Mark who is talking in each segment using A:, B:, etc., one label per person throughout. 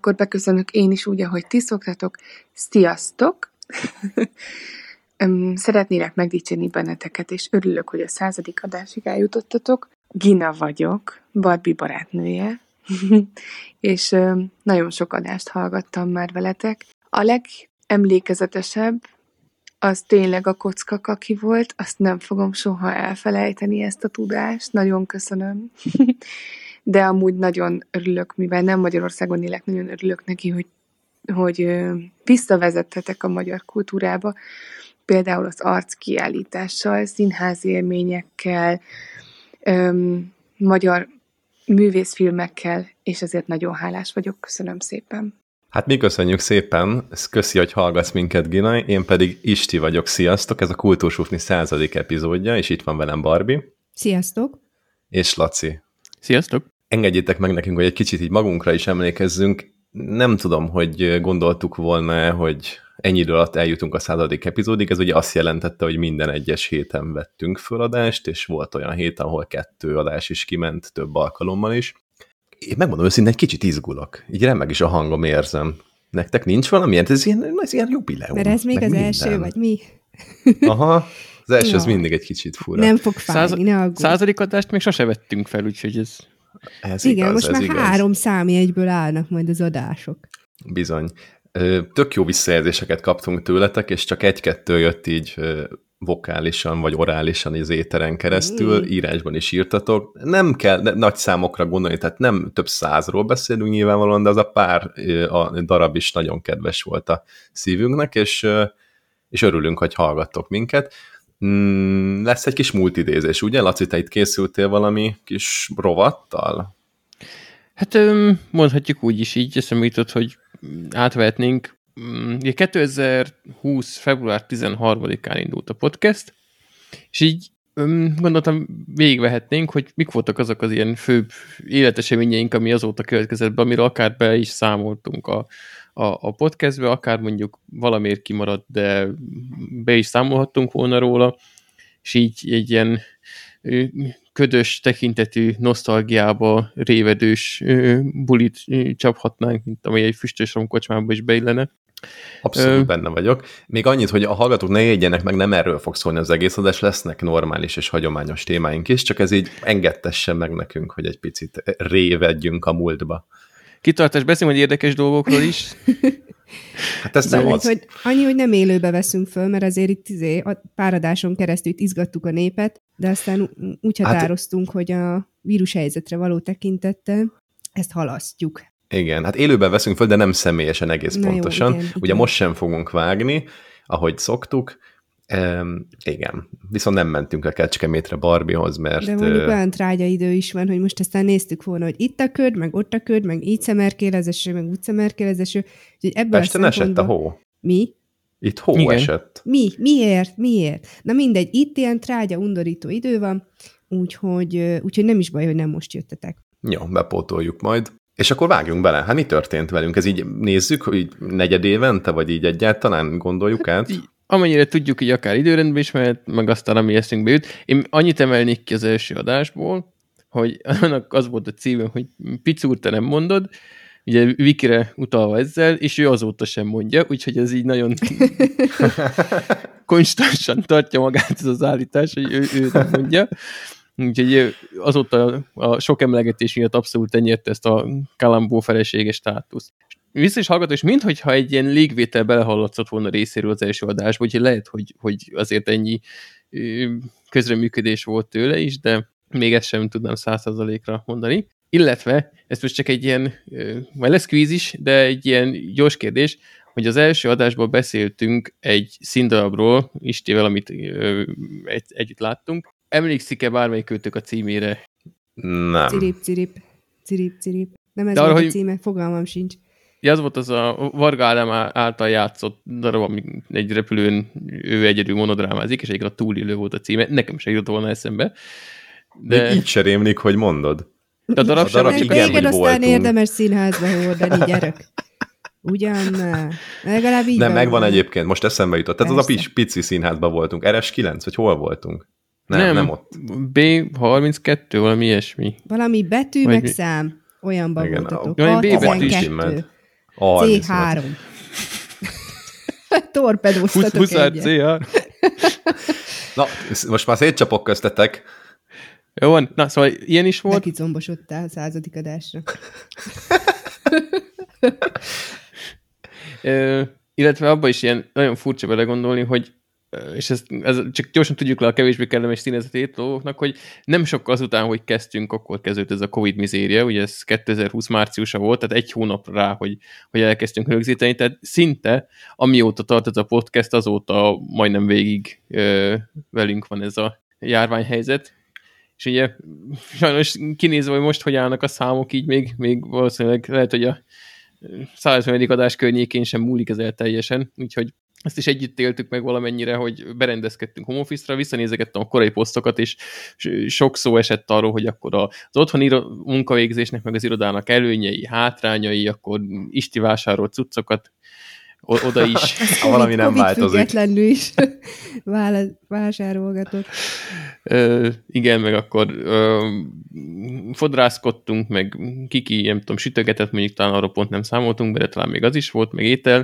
A: akkor beköszönök én is úgy, ahogy ti szoktatok. Sziasztok! Szeretnélek megdicsérni benneteket, és örülök, hogy a 100. adásig eljutottatok. Gina vagyok, Barbie barátnője, és nagyon sok adást hallgattam már veletek. A legemlékezetesebb az tényleg a kockakaki volt, azt nem fogom soha elfelejteni, ezt a tudást, nagyon köszönöm. De amúgy nagyon örülök, mivel nem Magyarországon élek, nagyon örülök neki, hogy visszavezettetek a magyar kultúrába, például az arckiállítással, színházi élményekkel, magyar művészfilmekkel, és ezért nagyon hálás vagyok. Köszönöm szépen.
B: Hát mi köszönjük szépen, köszi, hogy hallgatsz minket, Gina, én pedig Isti vagyok, sziasztok, ez a Kultúrsufni 100. epizódja, és itt van velem Barbie.
C: Sziasztok.
B: És Laci.
D: Sziasztok. Engedjétek
B: meg nekünk, hogy egy kicsit így magunkra is emlékezzünk. Nem tudom, hogy gondoltuk volna, hogy ennyi idő alatt eljutunk a 100. epizódig, ez ugye azt jelentette, hogy minden egyes héten vettünk föl adást, és volt olyan hét, ahol 2 adás is kiment több alkalommal is. Én megmondom őszintén, egy kicsit izgulok. Így remeg is a hangom, érzem. Nektek nincs valamilyen? Ez ilyen jubileum.
C: Mert ez még az minden. Első, vagy mi?
B: Aha, az első az mindig egy kicsit fura.
C: Nem fog fájni, ne aggódj.
D: 100. adást még sose vettünk fel, úgyhogy
C: ez igen, igaz, most már igaz. 3 számjegyből állnak majd az adások.
B: Bizony. Tök jó visszajelzéseket kaptunk tőletek, és csak 1-2 jött így vokálisan vagy orálisan az éteren keresztül, írásban is írtatok. Nem kell nagy számokra gondolni, tehát nem több 100-ról beszélünk nyilvánvalóan, de az a pár a darab is nagyon kedves volt a szívünknek, és örülünk, hogy hallgattok minket. Lesz egy kis multidézés, ugye? Laci, te itt készültél valami kis rovattal?
D: Hát mondhatjuk úgy is, így eszembe jutott, hogy átvehetnénk. 2020. február 13-án indult a podcast, és így gondoltam, végigvehetnénk, hogy mik voltak azok az ilyen főbb életeseményeink, ami azóta következett be, amiről akár be is számoltunk a podcastbe, akár mondjuk valamiért kimaradt, de be is számolhattunk volna róla, és így egy ilyen ködös tekintetű, nosztalgiába révedős bulit csaphatnánk, mint amely egy füstös romkocsmába is beillene.
B: Abszolút benne vagyok. Még annyit, hogy a hallgatók ne jegyenek meg, nem erről fog szólni az egész adás, lesznek normális és hagyományos témáink is, csak ez így engedtessen meg nekünk, hogy egy picit révedjünk a múltba.
D: Kitartás, beszélünk, hogy érdekes dolgokról is.
B: Hát ez nem az.
C: Hogy annyi, hogy nem élőbe veszünk föl, mert azért itt a páradáson keresztül itt izgattuk a népet, de aztán úgy határoztunk, hogy a vírushelyzetre való tekintettel ezt halasztjuk.
B: Igen, hát élőben veszünk föl, de nem személyesen egész
C: na
B: pontosan.
C: Jó, igen,
B: ugye most sem fogunk vágni, ahogy szoktuk. Igen, viszont nem mentünk a Kecskemétre Barbiehoz, mert...
C: De mondjuk olyan trágyaidő is van, hogy most aztán néztük volna, hogy itt a köd, meg ott a köd, meg így szemerkélezeső, meg úgy szemerkélezeső.
B: Pesten esett a hó?
C: Mi?
B: Itt hó igen. Esett.
C: Miért? Na mindegy, itt ilyen trágya, undorító idő van, úgyhogy nem is baj, hogy nem most jöttetek.
B: Jó, bepótoljuk majd. És akkor vágjunk bele. Hát mi történt velünk? Ez így nézzük, hogy 4 évente, vagy így egyáltalán gondoljuk át?
D: Amennyire tudjuk, hogy akár időrendben is mehet, meg aztán ami eszünkbe jut. Én annyit emelnék ki az első adásból, hogy annak az volt a címe, hogy Picúr, te nem mondod, ugye Vikire utalva ezzel, és ő azóta sem mondja, úgyhogy ez így nagyon konstansan tartja magát ez az állítás, hogy ő nem mondja. Úgyhogy azóta a sok emlegetés miatt abszolút elnyerte ezt a Kalambó feleséges státuszt. Vissza is hallgató, és minthogyha egy ilyen légvétel belehallatszott volna részéről az első adásba, úgyhogy lehet, hogy azért ennyi közreműködés volt tőle is, de még ezt sem tudnám 100%-ra mondani. Illetve, ez most csak egy ilyen, majd lesz kvíz is, de egy ilyen gyors kérdés, hogy az első adásban beszéltünk egy színdarabról, Istével, amit együtt láttunk. Emlékszik-e bármelyikőtök a címére?
B: Nem.
C: Cirip. Nem ez volt a címe, fogalmam sincs.
D: Ja, az volt az a Varga Ádám által játszott darab, ami egy repülőn ő egyedül monodrámázik, és egyébként a Túlélő volt a címe. Nekem sem jutott volna eszembe.
B: De még így se rémlik, hogy mondod.
D: De a darab sem,
C: csak téged aztán érdemes színházba hordani, gyerek. Ugyan, legalább így
B: nem, megvan egyébként, most eszembe jutott. Tehát az a pici színházban voltunk. RS9, vagy hol voltunk? Nem ott.
D: B32, valami ilyesmi.
C: Valami betű, vagy meg szám. Olyanban voltatok.
D: B-betű is.
C: C3. Torpedóztatok
D: Huszár
C: egyet.
D: C3.
B: Na, most már szétcsapok köztetek.
D: Jó van, na szóval ilyen is volt.
C: Neki combosodtál a 100. adásra.
D: Illetve abban is ilyen nagyon furcsa belegondolni, hogy és ez csak gyorsan tudjuk le a kevésbé kellemes színezetét dolgoknak, hogy nem sokkal azután, hogy kezdtünk, akkor kezdődött ez a Covid mizéria, ugye ez 2020 márciusa volt, tehát egy hónap rá, hogy elkezdtünk rögzíteni, tehát szinte, amióta tart ez a podcast, azóta majdnem végig velünk van ez a járványhelyzet, és ugye sajnos kinézve, hogy most hogy állnak a számok, így még valószínűleg lehet, hogy a 150. adás környékén sem múlik ez el teljesen, úgyhogy ezt is együtt éltük meg valamennyire, hogy berendezkedtünk home office-ra, visszanézegettem a korai posztokat, és sok szó esett arról, hogy akkor az otthoni munkavégzésnek, meg az irodának előnyei, hátrányai, akkor Isti vásárolt cuccokat oda is.
B: Valami nem változik.
C: függetlenül is vásárolgatott.
D: Igen, meg akkor fodrászkodtunk, meg Kiki, nem tudom, sütögetett, mondjuk talán arra pont nem számoltunk be, de talán még az is volt, meg étel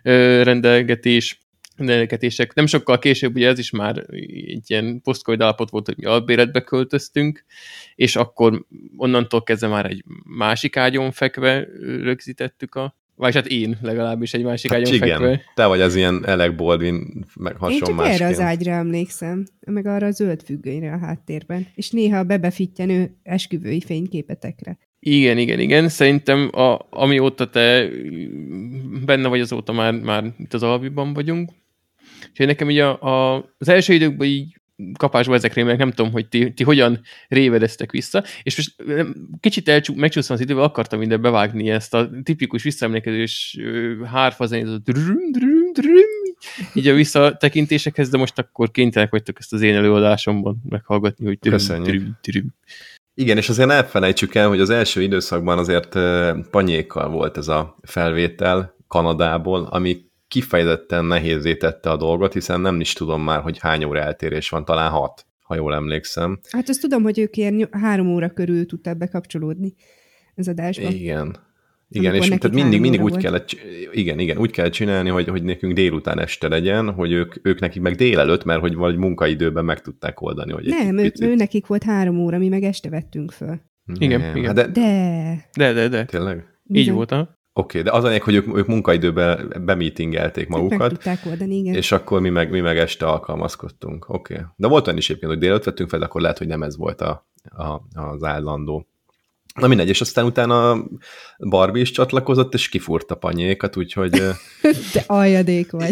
D: rendelgetések. Nem sokkal később, ugye ez is már egy ilyen post-covid állapot volt, hogy mi albéletbe költöztünk, és akkor onnantól kezdve már egy másik ágyon fekve rögzítettük vagy hát én legalábbis egy másik ágyon fekve.
B: Te vagy az ilyen Alec Baldwin, meg hasonló
C: Én csak
B: másként.
C: erre az ágyra emlékszem, meg arra a zöld függönyre a háttérben. És néha bebefitjenő esküvői fényképetekre.
D: Igen. Szerintem amióta te benne vagy, azóta már itt az Albiban vagyunk. És nekem így az első időkben így kapásba ezek rémnek, nem tudom, hogy ti hogyan révedeztek vissza, és most kicsit megcsúszom az idővel, akartam ide bevágni ezt a tipikus visszaemlékezés hárfazenét, így a visszatekintésekhez, de most akkor kénytelenek vagytok ezt az én előadásomban meghallgatni, hogy
B: Igen, és azért elfelejtsük el, hogy az első időszakban azért Panyékkal volt ez a felvétel Kanadából, ami kifejezetten nehézzé tette a dolgot, hiszen nem is tudom már, hogy hány óra eltérés van, talán 6, ha jól emlékszem.
C: Hát azt tudom, hogy ők ilyen 3 óra körül tudtak bekapcsolódni az adásba.
B: Igen, és tehát mindig úgy kellett, úgy kellett csinálni, hogy nekünk délután este legyen, hogy ők nekik meg délelőtt, mert hogy valahogy munkaidőben meg tudták oldani. Hogy
C: nem, ő nekik volt 3 óra, mi meg este vettünk föl.
D: Igen.
B: Hát
D: de.
B: Tényleg?
D: Így volt, ha?
B: Oké, de az a hogy ők munkaidőben bemeetingelték magukat,
C: meg tudták oldani, igen.
B: És akkor mi meg este alkalmazkodtunk. Oké. De volt olyan is egyébként, hogy délelőtt vettünk fel, de akkor lehet, hogy nem ez volt az állandó. Na mindegy, és aztán utána Barbie is csatlakozott, és kifúrta Panyékat, úgyhogy...
C: Te aljadék vagy.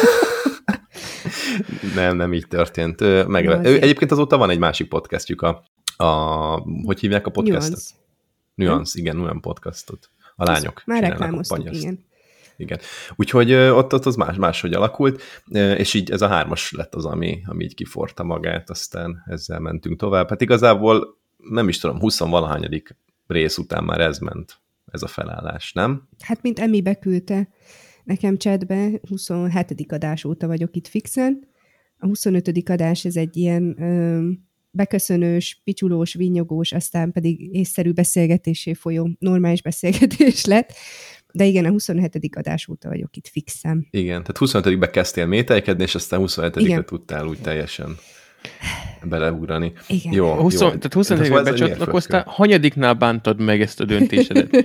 B: Nem így történt. Egyébként azóta van egy másik podcastjük, hogy hívják a podcastot? Nuance, igen, Nuance podcastot. A lányok.
C: Már reklámoztuk,
B: igen. Úgyhogy ott az máshogy alakult, és így ez a 3-as lett az, ami így kiforta magát, aztán ezzel mentünk tovább. Hát igazából nem is tudom, 20-valahányadik rész után már ez ment, ez a felállás, nem? Hát
C: mint Emi beküldte nekem chatbe, 27. adás óta vagyok itt fixen. A 25. adás ez egy ilyen beköszönős, picsulós, vinnyogós, aztán pedig észszerű beszélgetésé folyó normális beszélgetés lett. De igen, a 27. adás óta vagyok itt fixen.
B: Igen, tehát 25-ben kezdtél mételkedni, és aztán 27-ben tudtál úgy teljesen beleugrani.
C: Igen.
B: Jó.
D: Tehát 27-ben becsatlakoztál, hanyadiknál bántad meg ezt a döntésedet?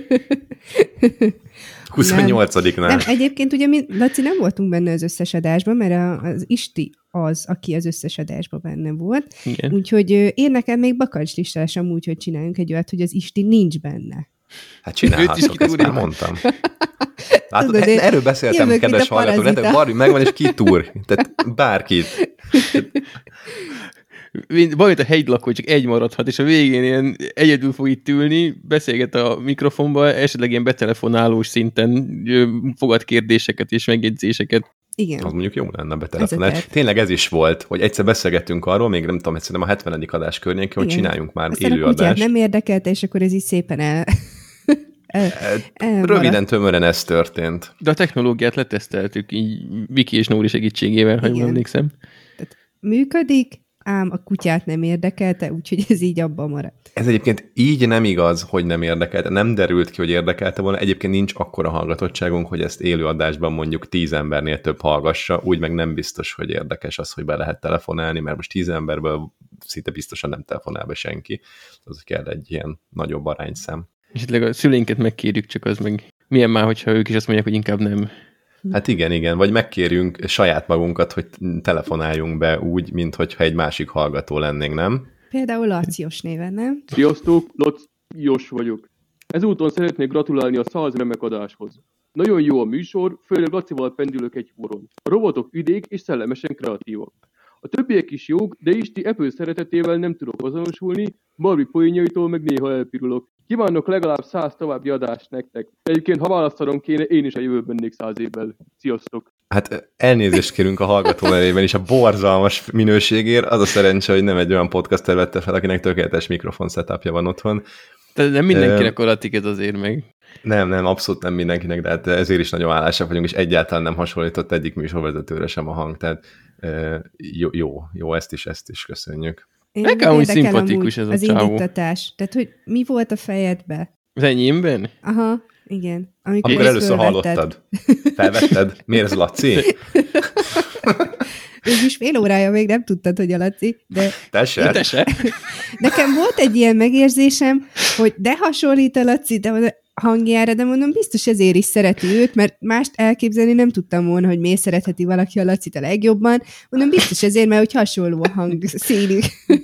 B: 28-nál.
C: Nem, egyébként ugye mi, Laci, nem voltunk benne az összes adásban, mert az Isti az, aki az összes adásban benne volt.
D: Igen.
C: Úgyhogy én nekem még bakancslistásam úgy, hogy csináljunk egy olyat, hogy az Isti nincs benne.
B: Hát csinálhatok, ezt már mondtam. Látod, erről beszéltem, kedves hallgatók, de Barbie megvan, és kitúr. Tehát bárkit.
D: Valamint a hegylakó, csak egy maradhat, és a végén ilyen egyedül fog itt ülni, beszélget a mikrofonba, esetleg ilyen betelefonálós szinten fogad kérdéseket és megjegyzéseket.
C: Igen.
B: Az mondjuk jó lenne betelefonálni. Tényleg ez is volt, hogy egyszer beszélgettünk arról, még nem tudom, szerintem a 70. adás környékén, hogy csináljunk már élőadást.
C: Nem érdekelte, és akkor ez így szépen
B: röviden, tömören ez történt.
D: De a technológiát leteszteltük, így Viki és Nóri segítségével, ha jól emlékszem.
C: Tehát működik, ám a kutyát nem érdekelte, úgyhogy ez így abban maradt.
B: Ez egyébként így nem igaz, hogy nem érdekelte. Nem derült ki, hogy érdekelte volna. Egyébként nincs akkora hallgatottságunk, hogy ezt élő adásban mondjuk 10 embernél több hallgassa, úgy meg nem biztos, hogy érdekes az, hogy be lehet telefonálni, mert most 10 emberből szinte biztosan nem telefonál be senki. Az kell egy ilyen nagyobb arányszám.
D: És a szüleinket megkérjük, csak az meg milyen már, hogyha ők is azt mondják, hogy inkább nem.
B: Hát igen, vagy megkérjünk saját magunkat, hogy telefonáljunk be úgy, mintha egy másik hallgató lennénk, nem?
C: Például Lacios néven, nem?
E: Sziasztok, Lacios vagyok. Ezúton szeretnék gratulálni a 100 remek adáshoz. Nagyon jó a műsor, főleg Lacival pendülök egy humoron. A robotok üdék és szellemesen kreatívak. A többiek is jók, de Isti Apple szeretetével nem tudok azonosulni, Barbie poénjaitól meg néha elpirulok. Kívánok legalább 100 további adást nektek. Egyébként, ha választanom kéne, én is a jövőben lennék 100 évvel. Sziasztok!
B: Hát elnézést kérünk a hallgató nevében is a borzalmas minőségért. Az a szerencse, hogy nem egy olyan podcast vette fel, akinek tökéletes mikrofon setupja van otthon.
D: Tehát nem mindenkinek adatik ez azért meg.
B: Nem, abszolút nem mindenkinek, de hát ezért is nagyon hálásak vagyunk, és egyáltalán nem hasonlított egyik műsorvezetőre sem a hang. Tehát jó, ezt is köszönjük.
D: Nekem úgy szimpatikus ez a
C: az
D: csávó.
C: indítatás. Tehát, hogy mi volt a fejedbe?
D: Az enyémben?
C: Aha, igen.
B: Amikor először hallottad. Felvetted? Miért ez Laci?
C: Mégis fél órája még nem tudtad, hogy a Laci, de...
B: Te se?
C: Nekem volt egy ilyen megérzésem, hogy de hasonlít a Laci, de hangjára, de mondom, biztos ezért is szereti őt, mert mást elképzelni nem tudtam volna, hogy miért szeretheti valaki a Lacit a legjobban. Mondom, biztos ezért, mert hogy hasonló a hangszínük.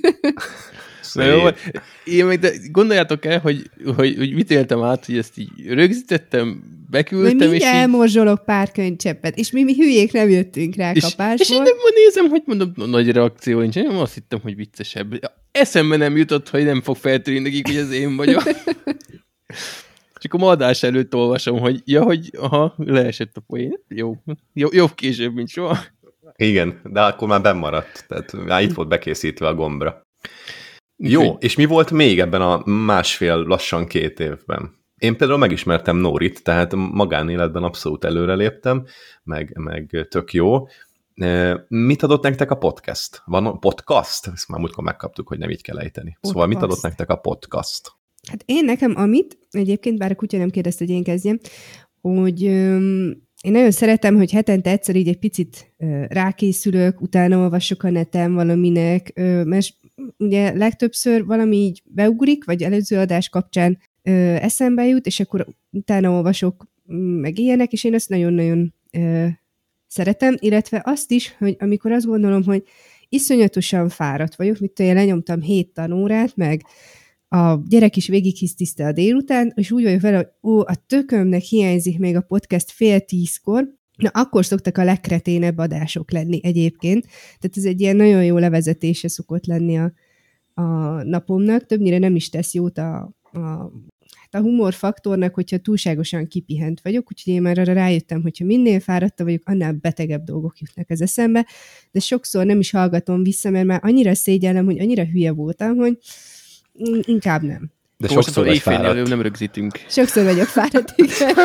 D: Én meg, de gondoljátok el, hogy mit éltem át, hogy ezt így rögzítettem, beküldtem,
C: és így... elmorzsolok pár könycseppet, és mi hülyék nem jöttünk rá kapásból.
D: És én nem nézem, hogy mondom, nagy reakció nincs, én azt hittem, hogy viccesebb. Eszembe nem jutott, hogy nem fog feltűnni nekik, hogy ez én vagyok. És akkor ma adás előtt olvasom, hogy leesett a poén. Jobb később, mint soha.
B: Igen, de akkor már bennmaradt. Tehát már itt volt bekészítve a gombra. Jó, és mi volt még ebben a lassan 2 évben? Én például megismertem Nórit, tehát magánéletben abszolút előreléptem, meg tök jó. Mit adott nektek a podcast? Van podcast? Ezt már múltkor megkaptuk, hogy nem így kell ejteni. Podcast. Szóval mit adott nektek a podcast?
C: Hát nekem amit, egyébként bár a kutya nem kérdezte, hogy én kezdjem, hogy én nagyon szeretem, hogy hetente egyszer így egy picit rákészülök, utána olvasok a neten valaminek, mert ugye legtöbbször valami így beugrik, vagy előző adás kapcsán eszembe jut, és akkor utána olvasok meg ilyenek, és én ezt nagyon-nagyon szeretem, illetve azt is, hogy amikor azt gondolom, hogy iszonyatosan fáradt vagyok, mit tudom, én lenyomtam 7 tanórát, meg a gyerek is végighisztiszte a délután, és úgy vagyok vele, hogy a tökömnek hiányzik még a podcast 9:30, na akkor szoktak a legkreténebb adások lenni egyébként. Tehát ez egy ilyen nagyon jó levezetése szokott lenni a napomnak. Többnyire nem is tesz jót a humorfaktornak, hogyha túlságosan kipihent vagyok, úgyhogy én már arra rájöttem, hogyha minél fáradtabb vagyok, annál betegebb dolgok jutnak az eszembe, de sokszor nem is hallgatom vissza, mert már annyira szégyellem, hogy annyira hülye voltam, hogy inkább nem.
B: De sokszor vagy fáradt.
D: Nem rögzítünk.
C: Sokszor vagyok fáradt,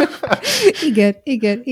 C: igen.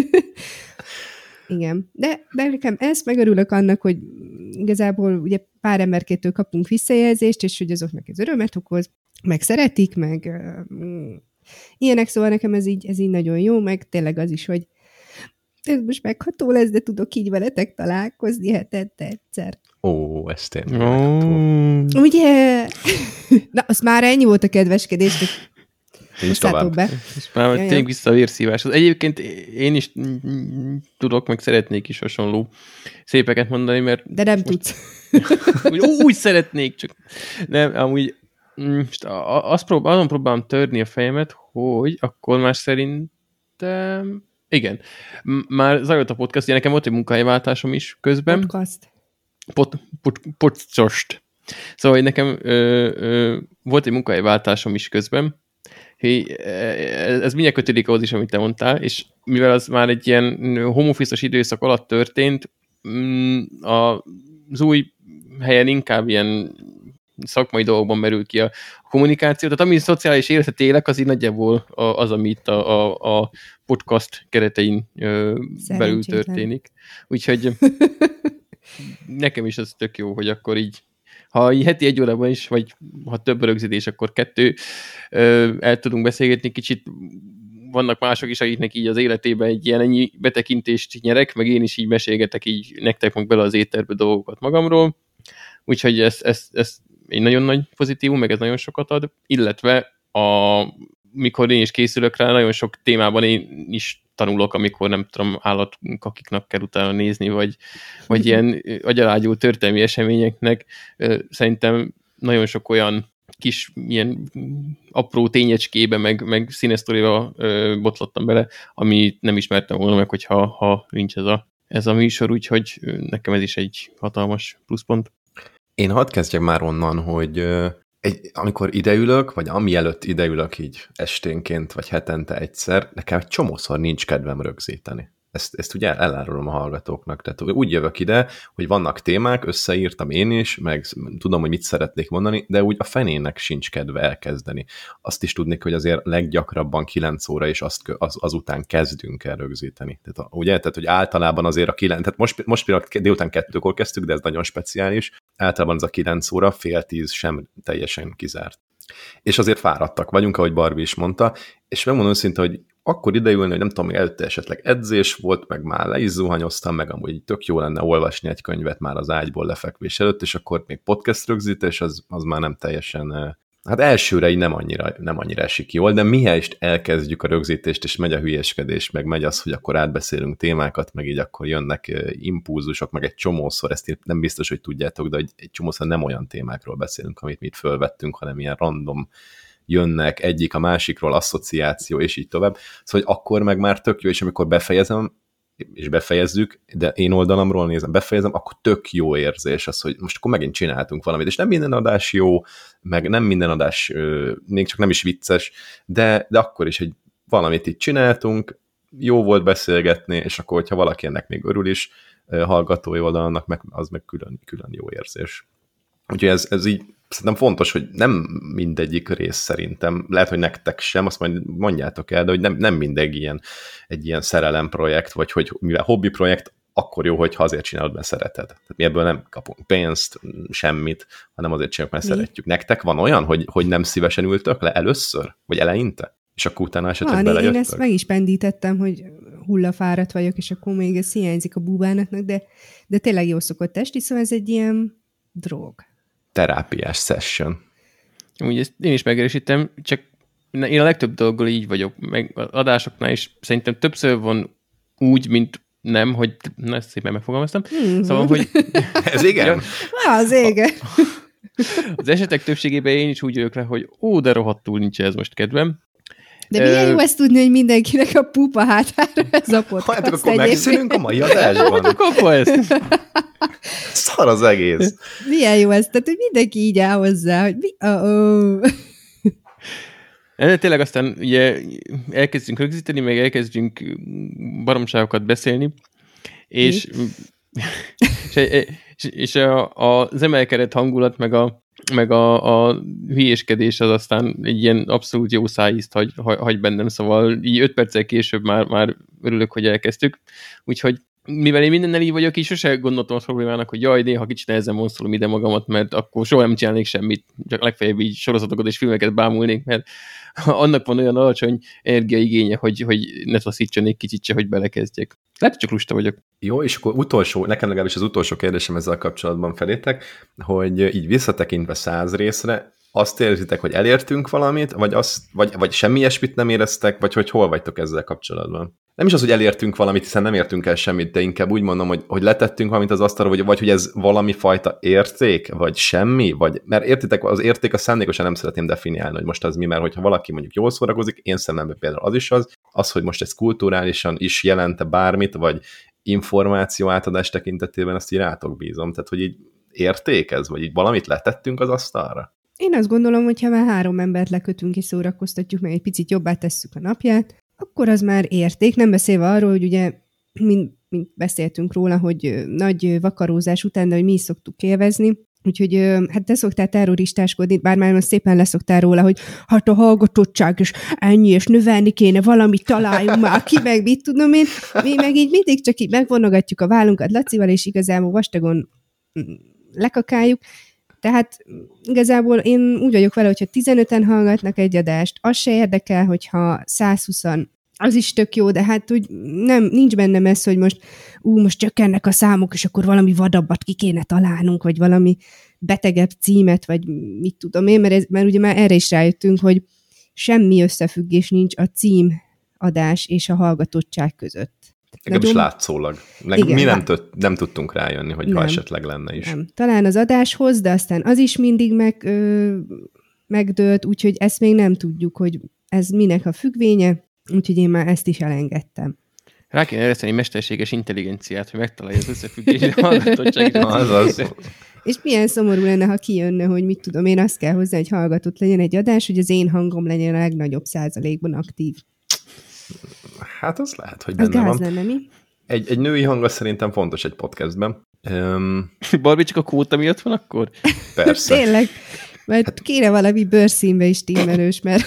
C: Igen. De nekem ezt megörülök annak, hogy igazából ugye pár emberkétől kapunk visszajelzést, és hogy azoknak ez örömet okoz, meg szeretik, meg ilyenek, szóval nekem ez így nagyon jó, meg tényleg az is, hogy ez most megható lesz, de tudok így veletek találkozni hetente egyszer.
B: Ó, ez tényleg megható.
C: Ugye? Na, az már ennyi volt a kedveskedés,
B: nincs tovább.
C: Be.
D: És már tényleg vissza a vérszíváshoz. Egyébként én is tudok, meg szeretnék is hasonló szépeket mondani, mert...
C: De nem tudsz.
D: Úgy szeretnék, csak nem, amúgy azon próbálom törni a fejemet, hogy akkor már szerintem... Igen. Már zajlott a podcast, ugye nekem volt egy munkahelyváltásom is közben.
C: Podcast.
D: Podcast. Szóval, hogy nekem volt egy munkahelyváltásom is közben. Ez mindjárt kötődik ahhoz is, amit te mondtál, és mivel az már egy ilyen home office-os időszak alatt történt, az új helyen inkább ilyen szakmai dolgokban merül ki a kommunikáció. Tehát ami szociális életet élek, az így nagyjából az, amit a podcast keretein belül történik. Úgyhogy nekem is az tök jó, hogy akkor így, ha így heti 1 órában is, vagy ha több rögzítés, akkor 2 el tudunk beszélgetni kicsit. Vannak mások is, akiknek így az életében egy ilyen ennyi betekintést nyerek, meg én is így mesélgetek így nektek meg bele az éterbe dolgokat magamról. Úgyhogy ez egy nagyon nagy pozitívum, meg ez nagyon sokat ad, illetve mikor én is készülök rá, nagyon sok témában én is tanulok, amikor nem tudom, állatkakiknak kell utána nézni, vagy ilyen agyalágyú történelmi eseményeknek. Szerintem nagyon sok olyan kis ilyen apró tényecskébe, meg színesztoriba botlottam bele, ami nem ismertem volna meg, hogyha nincs ez a műsor, úgyhogy nekem ez is egy hatalmas pluszpont.
B: Én hadd kezdjek már onnan, hogy amikor ideülök, vagy amielőtt ideülök így esténként, vagy hetente egyszer, nekem egy csomószor nincs kedvem rögzíteni. Ezt ugye elárulom a hallgatóknak. Tehát úgy jövök ide, hogy vannak témák, összeírtam én is, meg tudom, hogy mit szeretnék mondani, de úgy a fenének sincs kedve elkezdeni. Azt is tudnék, hogy azért leggyakrabban 9 óra, és azután kezdünk el rögzíteni. Tehát, ugye? Tehát, hogy általában azért a 9, tehát most például délután 2-kor kezdtük, de ez nagyon speciális. Általában ez a 9 óra, 9:30 sem teljesen kizárt. És azért fáradtak vagyunk, ahogy Barbie is mondta, és megmondom őszintén, hogy akkor ideülni, hogy nem tudom, még előtte esetleg edzés volt, meg már le is zuhanyoztam, meg amúgy tök jó lenne olvasni egy könyvet már az ágyból lefekvés előtt, és akkor még podcast rögzítés, az már nem teljesen, hát elsőre így nem annyira esik jól, de mihelyest elkezdjük a rögzítést, és megy a hülyeskedés, meg megy az, hogy akkor átbeszélünk témákat, meg így akkor jönnek impulzusok, meg egy csomószor, ezt nem biztos, hogy tudjátok, de egy csomószor nem olyan témákról beszélünk, amit mi itt fölvettünk, hanem ilyen random jönnek egyik a másikról, asszociáció, és így tovább. Szóval hogy akkor meg már tök jó, és amikor befejezem, és befejezzük, de én oldalamról nézem, befejezem, akkor tök jó érzés az, hogy most akkor megint csináltunk valamit, és nem minden adás jó, meg nem minden adás még csak nem is vicces, de akkor is, hogy valamit itt csináltunk, jó volt beszélgetni, és akkor, hogyha valaki ennek még örül is, hallgatói oldalnak, az meg külön jó érzés. Úgyhogy ez így szerintem fontos, hogy nem mindegyik rész szerintem, lehet, hogy nektek sem, azt mondjátok el, de hogy nem mindegy egy ilyen szerelemprojekt, vagy hogy mivel hobbi projekt, akkor jó, hogyha azért csinálod, mert szereted. Tehát mi ebből nem kapunk pénzt, semmit, hanem azért csináljuk, mert szeretjük. Nektek van olyan, hogy nem szívesen ültök le először? Vagy eleinte? És akkor utána esetleg belejöttök?
C: Én ezt meg is pendítettem, hogy hullafáradt vagyok, és akkor még ez hiányzik a búbánatnak, de tényleg jó szokott esti, szóval ez egy ilyen drog.
B: Terápiás session.
D: Úgy ezt én is megerősítem, csak én a legtöbb dolggal így vagyok, meg adásoknál is szerintem többször van úgy, mint nem, hogy ezt szépen megfogalmaztam. Szóval, hogy...
B: Ez igen?
C: Az ége.
D: Az esetek többségében én is úgy jövök le, hogy de rohadtul nincs ez most kedvem.
C: De milyen jó ezt tudni, hogy mindenkinek a pupa hátára ez a podcast.
B: Hát akkor megszűnünk a mai adásban.
D: Akkor ezt.
B: Szar az egész.
C: Milyen jó ez, tehát hogy mindenki így áll hozzá, hogy
D: De tényleg aztán ugye elkezdünk rögzíteni, meg elkezdünk baromságokat beszélni, és az emelkedett hangulat, meg a hülyéskedés az aztán egy ilyen abszolút jó szájízt hagy bennem, szóval így 5 perccel később már örülök, hogy elkezdtük. Úgyhogy mivel én mindennel így vagyok, így sose gondoltam a problémának, hogy jaj, néha kicsit nehezen vonszolom ide magamat, mert akkor soha nem csinálnék semmit, csak legfeljebb így sorozatokat és filmeket bámulnék, mert annak van olyan alacsony energiaigénye, hogy ne taszítsanék kicsit se, hogy belekezdjek. Lehet, csak lusta vagyok.
B: Jó, és akkor nekem legalábbis az utolsó kérdésem ezzel kapcsolatban felétek, hogy így visszatekintve 100 részre, azt érzitek, hogy elértünk valamit, vagy semmi ilyesmit nem éreztek, vagy hogy hol vagytok ezzel kapcsolatban? Nem is az, hogy elértünk valamit, hiszen nem értünk el semmit, de inkább úgy mondom, hogy letettünk valamit az asztalra, vagy hogy ez valami fajta érték, vagy semmi, mert értitek, az érték a szándékosan nem szeretném definiálni, hogy most az mi, mert hogyha valaki mondjuk jól szórakozik, én szememben például az is az, hogy most ez kulturálisan is jelente bármit, vagy információ átadás tekintetében, azt így rátok bízom. Tehát, hogy így érték ez, vagy így valamit letettünk az asztalra?
C: Én azt gondolom, hogy ha már 3 embert lekötünk és szórakoztatjuk, meg egy picit jobbá tesszük a napját, akkor az már érték, nem beszélve arról, hogy ugye, mint beszéltünk róla, hogy nagy vakarózás után, de hogy mi is szoktuk élvezni, Úgyhogy hát te szoktál terroristáskodni, bár már most szépen leszoktál róla, hogy hát a hallgatottság is ennyi, és növelni kéne, valamit találjunk már ki, meg mit tudom én. Mi meg így mindig csak így megvonogatjuk a vállunkat Lacival, és igazából vastagon lekakáljuk. Tehát igazából én úgy vagyok vele, hogyha 15-en hallgatnak egy adást, az se érdekel, hogyha 120-an, az is tök jó, de hát úgy nincs bennem ez, hogy most csökkennek a számok, és akkor valami vadabbat ki kéne találnunk, vagy valami betegebb címet, vagy mit tudom én, mert ugye már erre is rájöttünk, hogy semmi összefüggés nincs a címadás és a hallgatottság között.
B: Legalábbis látszólag. Igen, mi nem tudtunk rájönni, hogy ha esetleg lenne is.
C: Nem. Talán az adáshoz, de aztán az is mindig megdőlt, úgyhogy ezt még nem tudjuk, hogy ez minek a függvénye, úgyhogy én már ezt is elengedtem.
D: Rá kéne ereszteni mesterséges intelligenciát, hogy megtalálja az összefüggést a hallgatottságra.
B: Azaz.
C: És milyen szomorú lenne, ha kijönne, hogy mit tudom én, azt kell hozzá, hogy hallgatott legyen egy adás, hogy az én hangom legyen a legnagyobb százalékban aktív.
B: Hát az lehet, hogy
C: az
B: benne
C: gáz
B: van.
C: lenne, mi?
B: Egy női hang az szerintem fontos egy podcastben.
D: Barbie csak a kóta miatt van akkor?
B: Persze.
C: Tényleg, mert kéne valami bőrszínbe is tímelős, mert...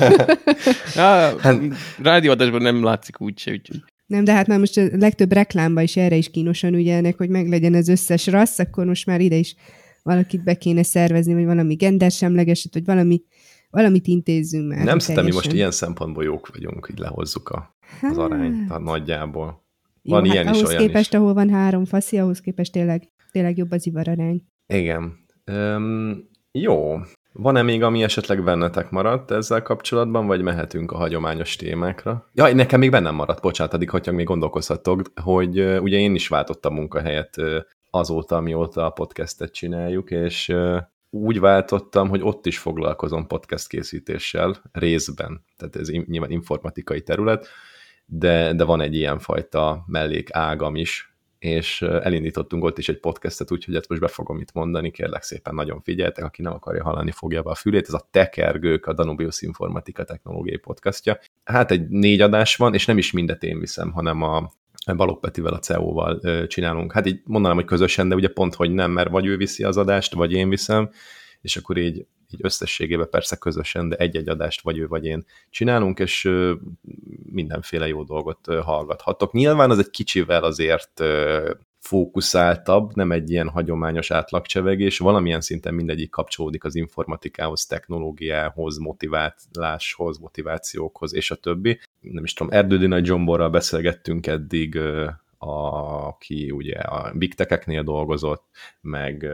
D: Rádióadásban nem látszik úgyse, úgyhogy...
C: Nem, de hát már most a legtöbb reklámban is erre is kínosan ügyelnek, hogy meglegyen az összes rassz, akkor most már ide is valakit be kéne szervezni, vagy valami gendersemlegeset, vagy valamit intézzünk már.
B: Nem szerintem mi most ilyen szempontból jók vagyunk, így lehozzuk az arányt a nagyjából. Van jó, ilyen
C: hát
B: is,
C: ahhoz
B: olyan
C: képest,
B: is.
C: ahol van 3 faszi, ahhoz képest tényleg jobb az ivararány.
B: Igen. Jó. Van-e még, ami esetleg bennetek maradt ezzel kapcsolatban, vagy mehetünk a hagyományos témákra? Jaj, nekem még bennem maradt, bocsánat, addig, hogyha még gondolkozhatok, hogy ugye én is váltottam munkahelyet azóta, amióta a podcastet csináljuk, és úgy váltottam, hogy ott is foglalkozom podcast készítéssel, részben, tehát ez nyilván informatikai terület, de van egy ilyenfajta mellékágam is, és elindítottunk ott is egy podcastet, úgyhogy ezt most be fogom itt mondani, kérlek szépen nagyon figyeltek, aki nem akarja hallani, fogja be a fülét, ez a Tekergők, a Danubius Informatika Technológiai Podcastja. Hát egy 4 adás van, és nem is mindet én viszem, hanem a Balogh Petivel, a CEO-val csinálunk. Hát így mondanám, hogy közösen, de ugye pont, hogy nem, mert vagy ő viszi az adást, vagy én viszem, és akkor így összességében persze közösen, de egy-egy adást vagy ő, vagy én csinálunk, és mindenféle jó dolgot hallgathatok. Nyilván az egy kicsivel azért fókuszáltabb, nem egy ilyen hagyományos átlagcsevegés, valamilyen szinten mindegyik kapcsolódik az informatikához, technológiához, motiváláshoz, motivációkhoz, és a többi. Nem is tudom, Erdődi Nagy Zsomborral beszélgettünk eddig, aki ugye a Big Tech-eknél dolgozott, meg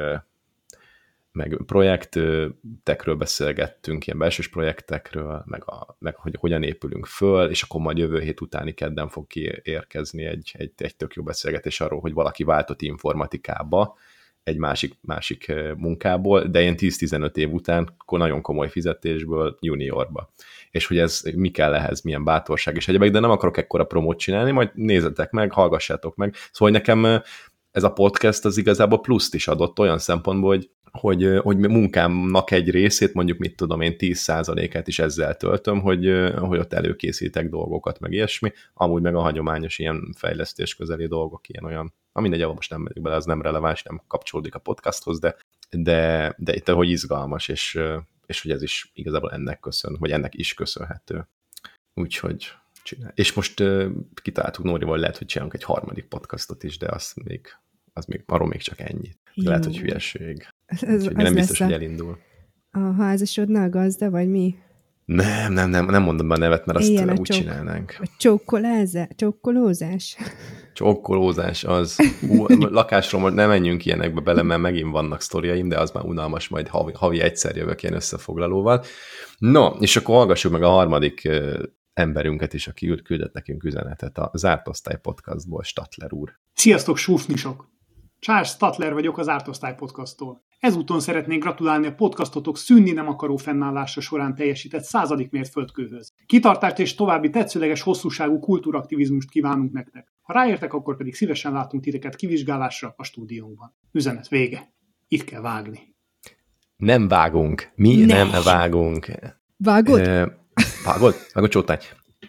B: projektekről beszélgettünk, ilyen belsős projektekről, meg hogy hogyan épülünk föl, és akkor majd jövő hét utáni kedden fog kiérkezni egy tök jó beszélgetés arról, hogy valaki váltott informatikába egy másik munkából, de ilyen 10-15 év után akkor nagyon komoly fizetésből juniorba. És hogy ez mi kell ehhez, milyen bátorság és egyebek, de nem akarok ekkora promót csinálni, majd nézzetek meg, hallgassátok meg. Szóval nekem ez a podcast az igazából pluszt is adott olyan szempontból, hogy munkámnak egy részét, mondjuk mit tudom én, 10%-át is ezzel töltöm, hogy ott előkészítek dolgokat, meg ilyesmi, amúgy meg a hagyományos ilyen fejlesztés közeli dolgok, ilyen olyan, mindegy, ahol most nem megyek bele, az nem releváns, nem kapcsolódik a podcasthoz, de itt hogy izgalmas, és hogy ez is igazából ennek is köszönhető. Úgyhogy csinál. És most kitaláltuk Nórival, lehet, hogy csinálunk egy 3. podcastot is, de arról még csak ennyi. Lehet, hogy hülyeség. Úgyhogy nem biztos, hogy elindul.
C: A házasodna a gazda, vagy mi?
B: Nem mondom be a nevet, mert azt úgy csinálnánk.
C: A csókolózás.
B: Csókolózás, az. Lakásról nem menjünk ilyenekbe bele, mert megint vannak sztoriaim, de az már unalmas, majd havi egyszer jövök ilyen összefoglalóval. No, és akkor hallgassuk meg a 3. emberünket is, aki küldött nekünk üzenetet a Zárt Osztály Podcastból, Statler úr.
F: Sziasztok, súfnisok! Charles Statler vagyok az Zárt Osztály Podcasttól. Ezúton szeretnék gratulálni a podcastotok szűnni nem akaró fennállása során teljesített 100. mérföldkőhöz. Kitartást és további tetszőleges hosszúságú kultúraktivizmust kívánunk nektek. Ha ráértek, akkor pedig szívesen látunk titeket kivizsgálásra a stúdiónkban. Üzenet vége. Itt kell vágni.
B: Nem vágunk. Mi nem vágunk.
C: Vágod?
B: Vágod, Csótány.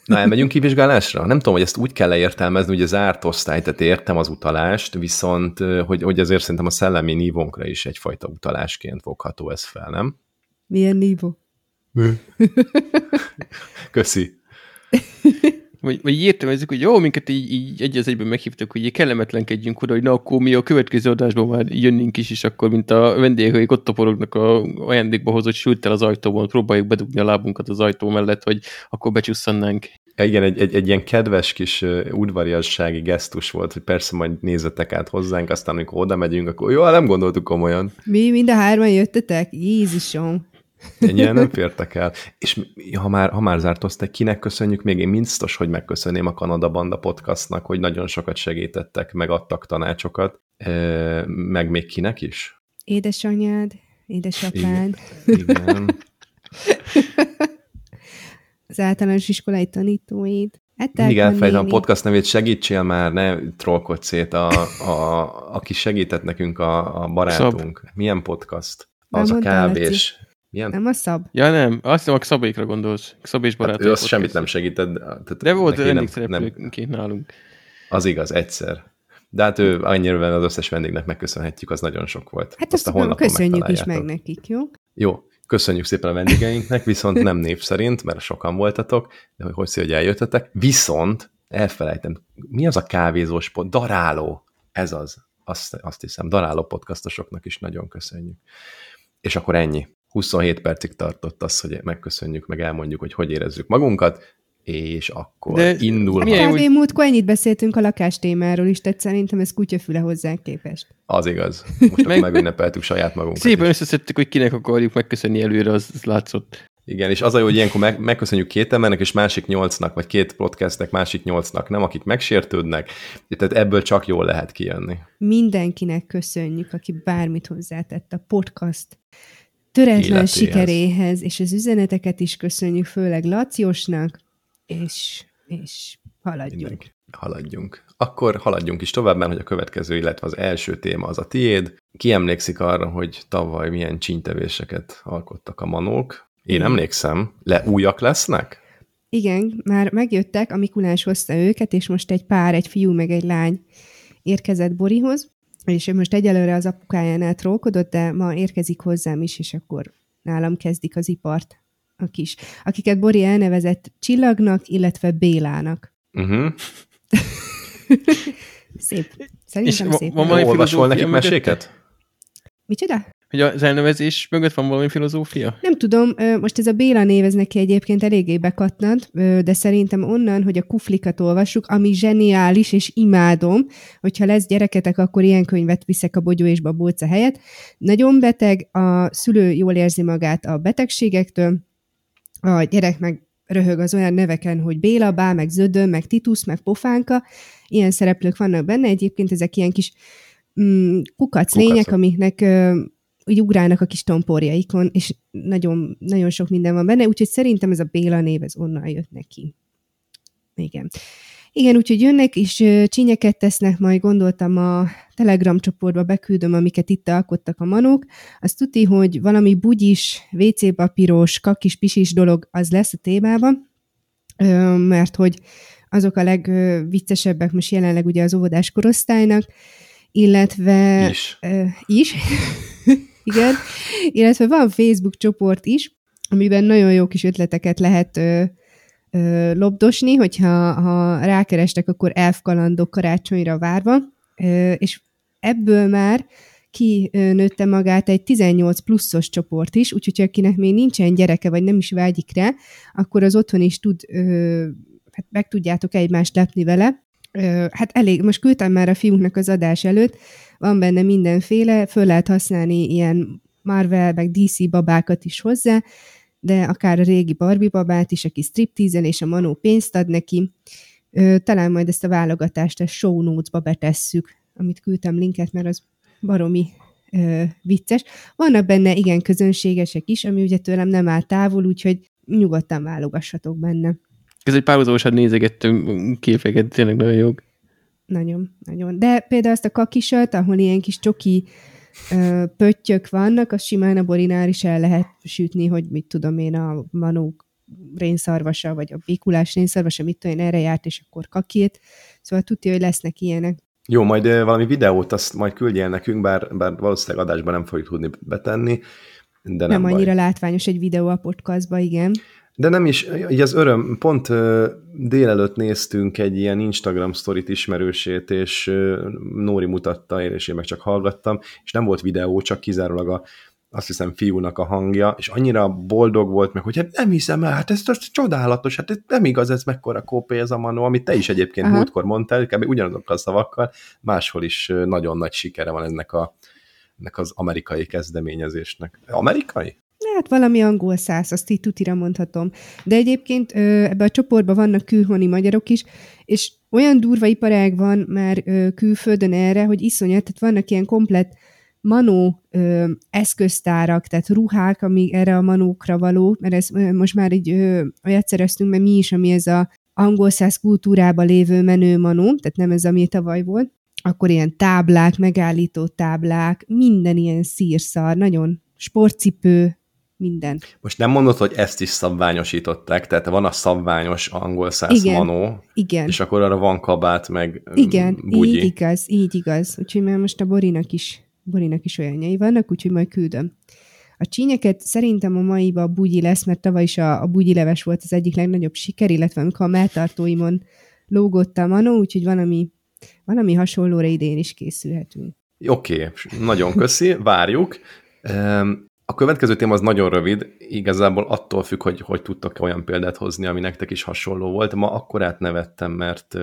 B: Na, elmegyünk kivizsgálásra? Nem tudom, hogy ezt úgy kell leértelmezni, hogy az zárt osztály, tehát értem az utalást, viszont hogy azért szerintem a szellemi nívónkra is egyfajta utalásként fogható ez fel, nem?
C: Milyen nívó?
B: Köszi.
D: Vagy értelmezzük, hogy jó, minket így egy az egyben meghívtak, hogy kellemetlenkedjünk oda, hogy na, akkor mi a következő adásban már jönnénk is, és akkor, mint a vendégek ott toporognak a ajándékba hozott sülttel az ajtóban, próbáljuk bedugni a lábunkat az ajtó mellett, hogy akkor becsusszannánk.
B: Igen, egy ilyen kedves kis udvariassági gesztus volt, hogy persze majd nézzetek át hozzánk, aztán amikor oda megyünk, akkor jó, nem gondoltuk komolyan.
C: Mi mind a hárman jöttetek? Jézusom!
B: Ennyire nem fértek el. És ha már zárt osztály, kinek köszönjük még? Én biztos, hogy megköszönném a Kanada Banda podcastnak, hogy nagyon sokat segítettek, megadtak tanácsokat. Meg még kinek is?
C: Édesanyád, édesapád.
B: Igen.
C: Az általános iskolai tanítóid.
B: Mindig elfelejtem a podcast nevét, segítsél már, ne trollkodj szét, aki segített nekünk a barátunk. Szab. Milyen podcast? Az a kávés. Milyen?
C: Nem a Szab?
D: Ja nem, azt hiszem a Szabékra gondolsz. Szab és barátok.
B: Hát ő azt semmit nem segített.
D: De volt vendégszereplőként nálunk.
B: Az igaz, egyszer. De hát ő annyira az összes vendégnek megköszönhetjük, az nagyon sok volt.
C: Hát azt a köszönjük is meg nekik, jó?
B: Jó, köszönjük szépen a vendégeinknek, viszont nem név szerint, mert sokan voltatok, de hogy eljöttetek. Viszont elfelejtem, mi az a kávézós pont? Daráló, ez az. Azt hiszem, Daráló podcastosoknak is nagyon köszönjük. És akkor ennyi. 27 percig tartott az, hogy megköszönjük, meg elmondjuk, hogy érezzük magunkat, és akkor indul.
C: Kb. Múltkor ennyit beszéltünk a lakástémáról is, tehát szerintem ez kutyafüle hozzánk képest.
B: Az igaz. Most akkor megünnepeltük saját magunkat.
D: Szépen összeszedtük, hogy kinek akarjuk megköszönni előre, az látszott.
B: Igen, és az a jó, hogy ilyenkor megköszönjük 2 embernek, és másik 8-nak, vagy 2 podcastnek, másik 8-nak nem, akik megsértődnek, tehát ebből csak jól lehet kijönni.
C: Mindenkinek köszönjük, aki bármit hozzátett a podcast töretlen sikeréhez, és az üzeneteket is köszönjük, főleg Laciosnak, és haladjunk.
B: Mindenki. Haladjunk. Akkor haladjunk is tovább, mert hogy a következő, illetve az első téma az a tiéd. Ki emlékszik arra, hogy tavaly milyen csínytevéseket alkottak a manók? Én emlékszem. Újak lesznek?
C: Igen, már megjöttek, a Mikulás hozta őket, és most egy fiú meg egy lány érkezett Borihoz, és most egyelőre az apukájánál trókodott, de ma érkezik hozzám is, és akkor nálam kezdik az ipart akiket Bori elnevezett Csillagnak, illetve Bélának. Szép. Szerintem szép.
B: Olvasol nekik meséket?
C: Micsoda?
D: Hogy az elnevezés mögött van valami filozófia?
C: Nem tudom, most ez a Béla név, ez neki egyébként eléggé bekattant, de szerintem onnan, hogy a Kuflikat olvassuk, ami zseniális, és imádom, hogyha lesz gyereketek, akkor ilyen könyvet viszek a Bogyó és Babóca helyett. Nagyon beteg, a szülő jól érzi magát a betegségektől, a gyerek meg röhög az olyan neveken, hogy Béla, Bá, meg Zödön, meg Titus, meg Pofánka, ilyen szereplők vannak benne, egyébként ezek ilyen kis kukac lények, amiknek úgy ugrálnak a kis tomporjaikon, és nagyon, nagyon sok minden van benne, úgyhogy szerintem ez a Béla név, ez onnan jött neki. Igen, úgyhogy jönnek, és csínyeket tesznek, majd gondoltam a Telegram csoportba beküldöm, amiket itt alkottak a manók. Azt tudni, hogy valami bugyis, WC-papíros, kakis, pisis dolog az lesz a témában, mert hogy azok a legviccesebbek most jelenleg ugye az óvodás korosztálynak, illetve... Is. Igen. Illetve van Facebook csoport is, amiben nagyon jó kis ötleteket lehet lobdosni, hogyha rákerestek, akkor elfkalandok karácsonyra várva, és ebből már kinőtte magát egy 18 pluszos csoport is, úgyhogy akinek még nincsen gyereke, vagy nem is vágyik rá, akkor az otthon is meg tudjátok egymást lepni vele. Hát elég, most küldtem már a fiúnknak az adás előtt, van benne mindenféle, föl lehet használni ilyen Marvel, meg DC babákat is hozzá, de akár a régi Barbie babát is, aki striptease-el, és a manó pénzt ad neki. Talán majd ezt a válogatást a show notes-ba betesszük, amit küldtem linket, mert az baromi vicces. Vannak benne igen közönségesek is, ami ugye tőlem nem áll távol, úgyhogy nyugodtan válogassatok benne.
D: Ez egy párhuzamosan nézegettünk képeket, tényleg nagyon jók.
C: Nagyon, nagyon. De például azt a kakisat, ahol ilyen kis csoki pöttyök vannak, azt simán a Borinál is el lehet sütni, hogy mit tudom én, a manók rénszarvasa, vagy a békulás rénszarvasa, mit tudom én, erre járt, és akkor kakét. Szóval tudja, hogy lesznek ilyenek.
B: Jó, majd valami videót azt majd küldjél nekünk, bár valószínűleg adásban nem fogjuk tudni betenni, de nem
C: annyira
B: baj.
C: Látványos egy videó a podcastba, igen.
B: De nem is, így az öröm, pont délelőtt néztünk egy ilyen Instagram sztorit ismerősét, és Nóri mutatta, és én meg csak hallgattam, és nem volt videó, csak kizárólag azt hiszem fiúnak a hangja, és annyira boldog volt meg, hogy hát nem hiszem el, hát ez csodálatos, hát ez nem igaz, ez mekkora kópé ez a manó, amit te is egyébként múltkor mondtál, kb. Ugyanazokkal a szavakkal, máshol is nagyon nagy sikere van ennek az amerikai kezdeményezésnek. Amerikai?
C: Hát valami angol száz, azt így tutira mondhatom. De egyébként ebben a csoportban vannak külhoni magyarok is, és olyan durva iparág van már külföldön erre, hogy iszonyat, tehát vannak ilyen komplett manó eszköztárak, tehát ruhák, ami erre a manókra való, mert ez most már így olyat szereztünk, mert mi is, ami ez a angol száz kultúrában lévő menő manó, tehát nem ez, ami tavaly volt, akkor ilyen táblák, megállító táblák, minden ilyen szírszar, nagyon sportcipő, minden.
B: Most nem mondod, hogy ezt is szabványosították, tehát van a szabványos angol száz manó,
C: igen.
B: És akkor arra van kabát, meg
C: igen,
B: bugyi.
C: így igaz. Úgyhogy már most a Borinak is olyanjai vannak, úgyhogy majd küldöm. A csínyeket szerintem a maiba a bugyi lesz, mert tavaly is a bugyi leves volt az egyik legnagyobb siker, illetve amikor a melltartóimon lógott a manó, úgyhogy valami hasonlóra idén is készülhetünk.
B: Oké, nagyon köszi, várjuk. A következő téma az nagyon rövid, igazából attól függ, hogy tudtak olyan példát hozni, ami nektek is hasonló volt. Ma akkorát nevettem,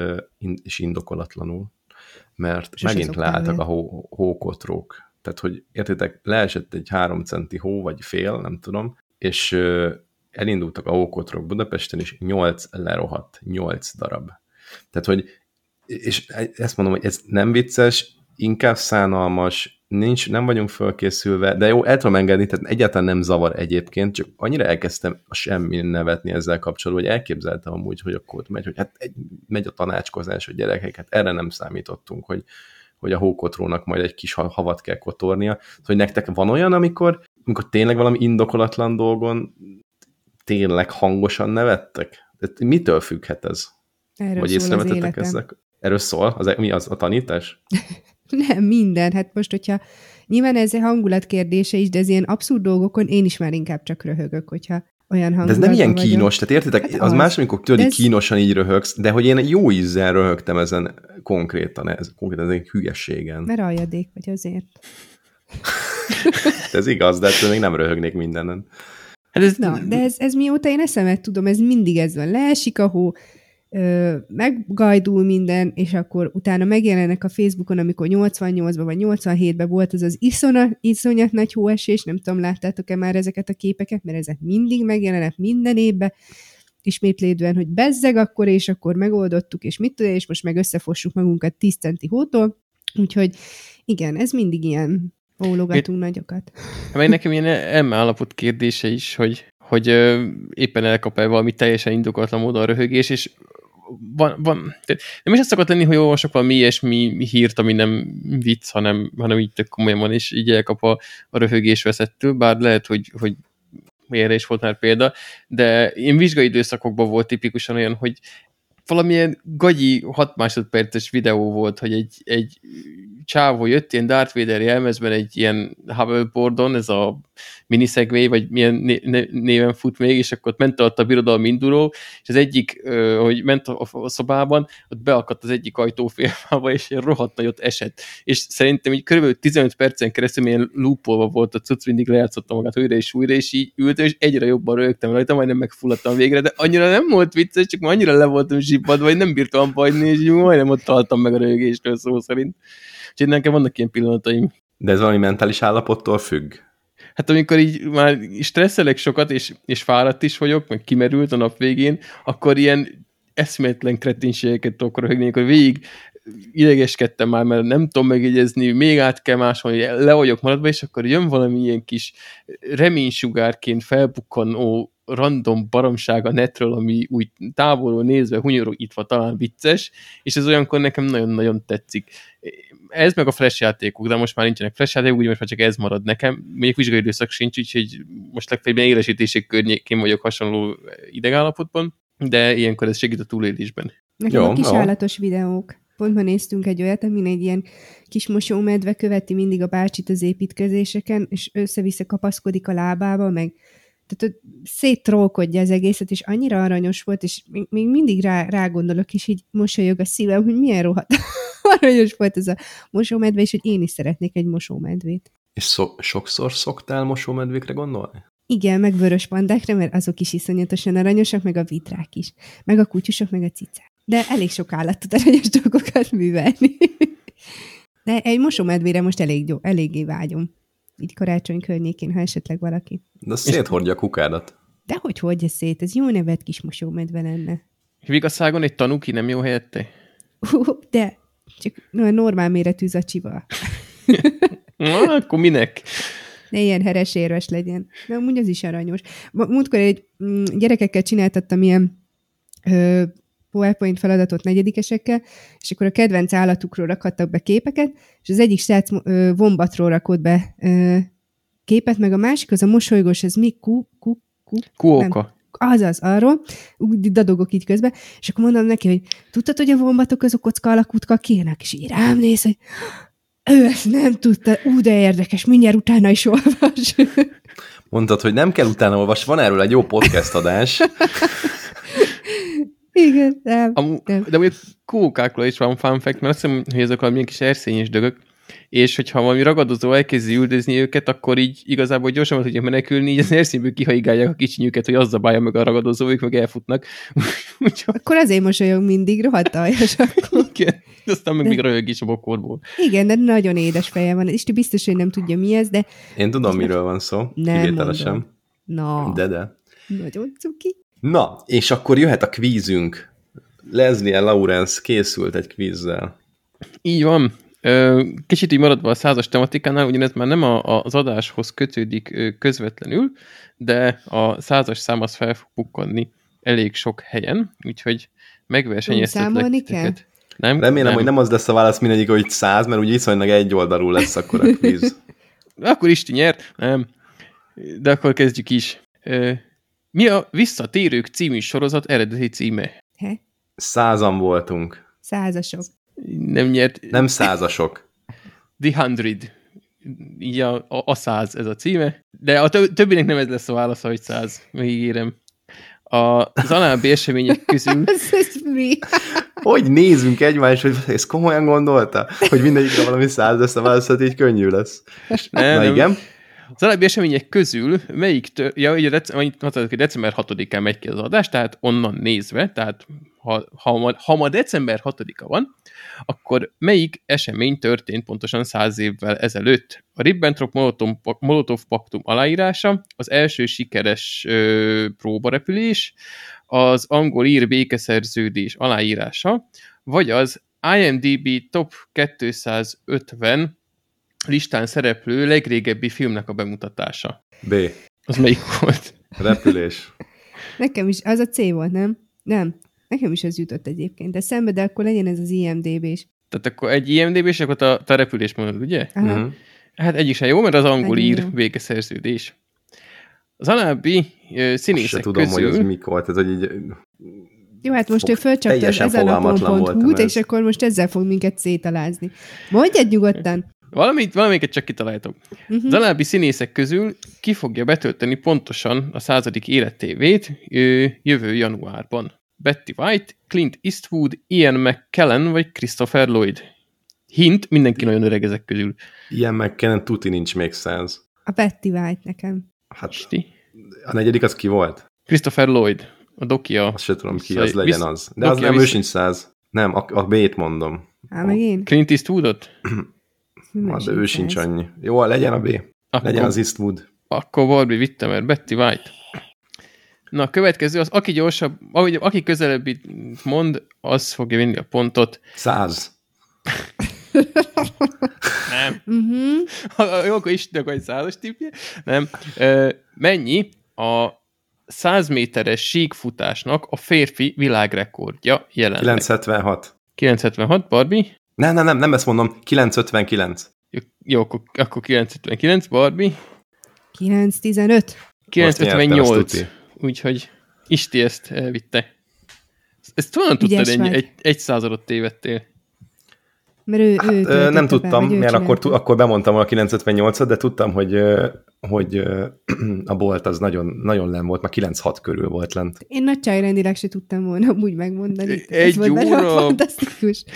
B: és indokolatlanul, mert megint leálltak a hókotrók. Tehát, hogy értitek, leesett egy 3 centi hó, vagy fél, nem tudom, és elindultak a hókotrók Budapesten, és 8 lerohadt, 8 darab. Tehát, hogy, és ezt mondom, hogy ez nem vicces, inkább szánalmas, nem vagyunk fölkészülve, de jó, el tudom engedni, tehát egyáltalán nem zavar egyébként, csak annyira elkezdtem semmi nevetni ezzel kapcsolatban, hogy elképzeltem amúgy, hogy akkor ott megy, hogy hát megy a tanácskozás, hogy gyerekek, hát erre nem számítottunk, hogy a hókotrónak majd egy kis havat kell kotornia. Hogy nektek van olyan, amikor tényleg valami indokolatlan dolgon tényleg hangosan nevettek? Tehát mitől függhet ez?
C: Erről
B: vagy észrevettetek ezzel? Erről szól? Mi az a tanítás?
C: Nem, minden. Hát most, hogyha nyilván ez egy hangulat kérdése is, de ez ilyen abszurd dolgokon én is már inkább csak röhögök, hogyha olyan hangulatban
B: de ez nem ilyen
C: vagyok.
B: kínos, tehát értitek? Hát az más, amikor tudod, kínosan így röhögsz, de hogy én jó ízzel röhögtem ezen konkrétan egy hülyeségen.
C: Mert aljadék vagy azért.
B: Ez igaz, de ettől még nem röhögnék mindenen.
C: Hát de ez mióta én eszemet tudom, ez mindig ez van. Leesik a hó, meggajdul minden, és akkor utána megjelennek a Facebookon, amikor 88-ban vagy 87-ben volt az iszonyat nagy hóesés, nem tudom, láttátok-e már ezeket a képeket, mert ezek mindig megjelennek minden évben, ismétlődően, hogy bezzeg akkor, és akkor megoldottuk, és mit tudom, és most meg összefossuk magunkat 10 centi hótól, úgyhogy igen, ez mindig ilyen ólogatunk nagyokat.
D: Meg nekem ilyen elmeállapot kérdése is, hogy éppen elkap-e valami teljesen indokolatlan módon a röhögés, és nem is azt szokott lenni, hogy olvasok valami ilyesmi hírt, ami nem vicc, hanem így tök komolyan van, és így elkap a röhögés veszettől, bár lehet, hogy erre is volt már példa, de én vizsgai időszakokban volt tipikusan olyan, hogy valamilyen gagyi 6 másodperces videó volt, hogy egy csávó jött ilyen Darth Vader jelmezben egy ilyen hoverboardon, ez a mini Segway, vagy milyen néven fut még, és akkor ott ment alatt a birodalmi induló, és az egyik, hogy ment a szobában, ott beakadt az egyik ajtófélfába, és ilyen rohadt nagyot esett. És szerintem így körülbelül 15 percen keresztül milyen loopolva volt a cucc, mindig lejátszotta magát újra, és így ültem, és egyre jobban rögtem rajta, majdnem megfulladtam végre, de annyira nem volt vicces, csak annyira le voltam zsibbadva, vagy nem bírtam bajni, és majdnem ott találtam meg a röhögéstől szó szerint. Úgyhogy nekem vannak ilyen pillanataim.
B: De ez valami mentális állapottól függ?
D: Hát amikor így már stresszelek sokat, és fáradt is vagyok, meg kimerült a nap végén, akkor ilyen eszméletlen kretinségeket tudok röhögni, amikor végig idegeskedtem már, mert nem tudom megjegyezni, még át kell másolni, le vagyok maradva, és akkor jön valami ilyen kis reménysugárként felbukkanó random baromság a netről, ami úgy távolról nézve hunyorogítva talán vicces, és ez olyankor nekem nagyon-nagyon tetszik. Ez meg a Flash játékok, de most már nincsenek Flash játékok, úgy most már csak ez marad nekem. Még vizsgai időszak sincs, úgyhogy most legfeljebb élesítések környékén vagyok hasonló idegállapotban, de ilyenkor ez segít a túlélésben.
C: Nekem a kis állatos videók. Pont ma néztünk egy olyat, amin egy ilyen kis mosómedve követi mindig a bácsit az építkezéseken, és össze-vissza kapaszkodik a lábába, meg tehát széttrollkodja az egészet, és annyira aranyos volt, és még mindig rá gondolok, és így mosolyog a szívem, hogy milyen rohadt aranyos volt ez a mosómedve, és hogy én is szeretnék egy mosómedvét.
B: És sokszor szoktál mosómedvékre gondolni?
C: Igen, meg vörös pandákra, mert azok is iszonyatosan aranyosak, meg a vitrák is, meg a kutyusok, meg a cicák. De elég sok állat tud aranyos dolgokat művelni. De egy mosómedvére most eléggé vágyom. Így karácsony környékén, ha esetleg valaki.
B: De széthordja a kukádat.
C: Dehogy hordja szét, ez jó nevet kis mosómedve lenne.
D: Vigasszágon egy tanuki nem jó helyette?
C: De csak normál méretű zacsival.
D: Na, akkor minek?
C: Ne ilyen heresérves legyen. De amúgy az is aranyos. Múltkor egy gyerekekkel csináltattam ilyen PowerPoint feladatot negyedikesekkel, és akkor a kedvenc állatukról rakhattak be képeket, és az egyik srác vombatról rakott be képet, meg a másik az a mosolygós, ez mi?
D: Kuóka.
C: Azaz, arról. Úgy dadogok így közben, és akkor mondom neki, hogy tudtad, hogy a vombatok azok kocka alakú kakérnak? És így rám néz, hogy ő ezt nem tudta, de érdekes, mindjárt utána is olvas.
B: Mondtad, hogy nem kell utána olvasni, van erről egy jó podcast adás.
C: Igen, nem.
D: De mondjuk kókákról is van fun fact, mert azt hiszem, hogy ezek valamilyen kis erszényes dögök, és hogyha valami ragadozó elkezdi üldözni őket, akkor így igazából gyorsan tudják menekülni, így az erszényből kihaigálják a kicsinyüket, hogy az zabálja meg a ragadozóik, meg elfutnak.
C: Akkor azért mosolyog mindig, rohadt aljas akkor.
D: Igen, aztán meg még röhög is a bokorból.
C: Igen, de nagyon édes feje van. Isti biztos, hogy nem tudja, mi ez, de...
B: Én tudom, miről van szó.
C: Nem
B: kivételesen.
C: Na.
B: De.
C: Nagyon cuki.
B: Na, és akkor jöhet a kvízünk. Leslie Lawrence készült egy kvízzel.
D: Így van. Kicsit így maradva a 100-as tematikánál, ugyanez már nem az adáshoz kötődik közvetlenül, de a 100-as szám az fel fog bukkanni elég sok helyen, úgyhogy megversenyeztetlek titeket. Nem?
B: Remélem, hogy nem az lesz a válasz mindegyik, hogy 100, mert úgy viszonylag egy oldalú lesz akkor a kvíz.
D: Akkor Isti nyert? Nem. De akkor kezdjük is. Mi a Visszatérők című sorozat eredeti címe?
B: 100-an voltunk.
C: 100-asok.
D: Nem nyert.
B: Nem 100-asok.
D: The 100. Így a 100 ez a címe. De a többinek nem ez lesz a válasz, hogy 100. Megígérem. Az alábbi események közül...
C: Ez mi?
B: Hogy nézünk egymásra, hogy ezt komolyan gondolta? Hogy mindegyikre valami 100 lesz a válasz, hogy így könnyű lesz. Na igen.
D: Az alábbi események közül melyik, december 6-án megy ki az adás, tehát onnan nézve, tehát ha ma december 6-a van, akkor melyik esemény történt pontosan 100 évvel ezelőtt? A Ribbentrop-Molotov paktum aláírása, az első sikeres próbarepülés, az angol-ír békeszerződés aláírása, vagy az IMDb Top 250 listán szereplő legrégebbi filmnek a bemutatása.
B: B.
D: Az melyik volt?
B: Repülés.
C: Nekem is, az a C volt, nem? Nem. Nekem is ez jutott egyébként, de szembe, de akkor legyen ez az IMDb-s.
D: Tehát akkor egy IMDb-s, akkor a repülés mondod, ugye?
C: Aha.
D: Hát egyik sem jó, mert az angol-ír békeszerződés. Az alábbi színészek
B: se tudom,
D: közül...
B: hogy ez mik volt, ez hogy így...
C: Jó, hát most ő fölcsapta az ezen a pont.hu-t, és akkor most ezzel fog minket szétalázni. Mondjad nyugodtan!
D: Valamelyiket csak kitaláltok. Az alábbi színészek közül ki fogja betölteni pontosan a 100. életévét jövő januárban? Betty White, Clint Eastwood, Ian McKellen vagy Christopher Lloyd? Hint, mindenki nagyon öreg ezek közül.
B: Ian McKellen tuti nincs még 100.
C: A Betty White nekem.
B: Hát, a negyedik az ki volt?
D: Christopher Lloyd. A dokia.
B: Azt se tudom ki, az legyen az. De az nem, ő sincs 100. Nem, a B-t mondom.
C: Meg én?
D: Clint Eastwoodot?
B: De ő sincs annyi. Jó, legyen a B.
D: Akkor,
B: legyen az Eastwood.
D: Akkor Barbie vitte, mert Betty White. Na, a következő az, aki gyorsabb, aki közelebbi mond, az fogja vinni a pontot.
B: 100.
D: Nem. Jó, akkor Istennek egy 100-as tippje. Nem. Mennyi a 100 méteres síkfutásnak a férfi világrekordja jelenleg?
B: 976.
D: 976, Barbie?
B: Nem ezt mondom, 959.
D: Jó, akkor 959, Barbie?
C: 915.
D: 958. Úgyhogy Isti ezt elvitte. Ezt honnan tudtad, egy századot tévedtél?
C: Mert ő
B: nem tudtam, mert akkor bemondtam a 958-at, de tudtam, hogy a Bolt az nagyon, nagyon len volt, már 96 körül volt lent.
C: Én nagyságrendileg se tudtam volna úgy megmondani.
D: Egy óra.
C: Fantasztikus.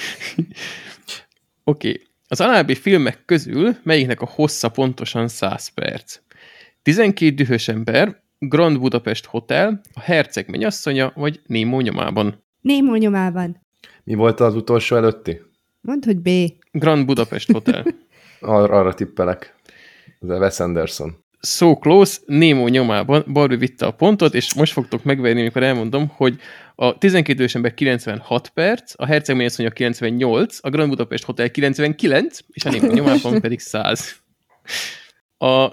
D: Oké. Az alábbi filmek közül melyiknek a hossza pontosan 100 perc? 12 dühös ember, Grand Budapest Hotel, a Herceg mennyasszonya, vagy Nemo nyomában?
C: Nemo nyomában.
B: Mi volt az utolsó előtti?
C: Mondd, hogy B.
D: Grand Budapest Hotel.
B: Arra tippelek. Ez a Wes Anderson.
D: So close, Nemo nyomában. Barbie vitte a pontot, és most fogtok megverni, amikor elmondom, hogy a 12 idős ember 96 perc, a Herceg mennyasszonya 98, a Grand Budapest Hotel 99, és a Nemo nyomában pedig 100. A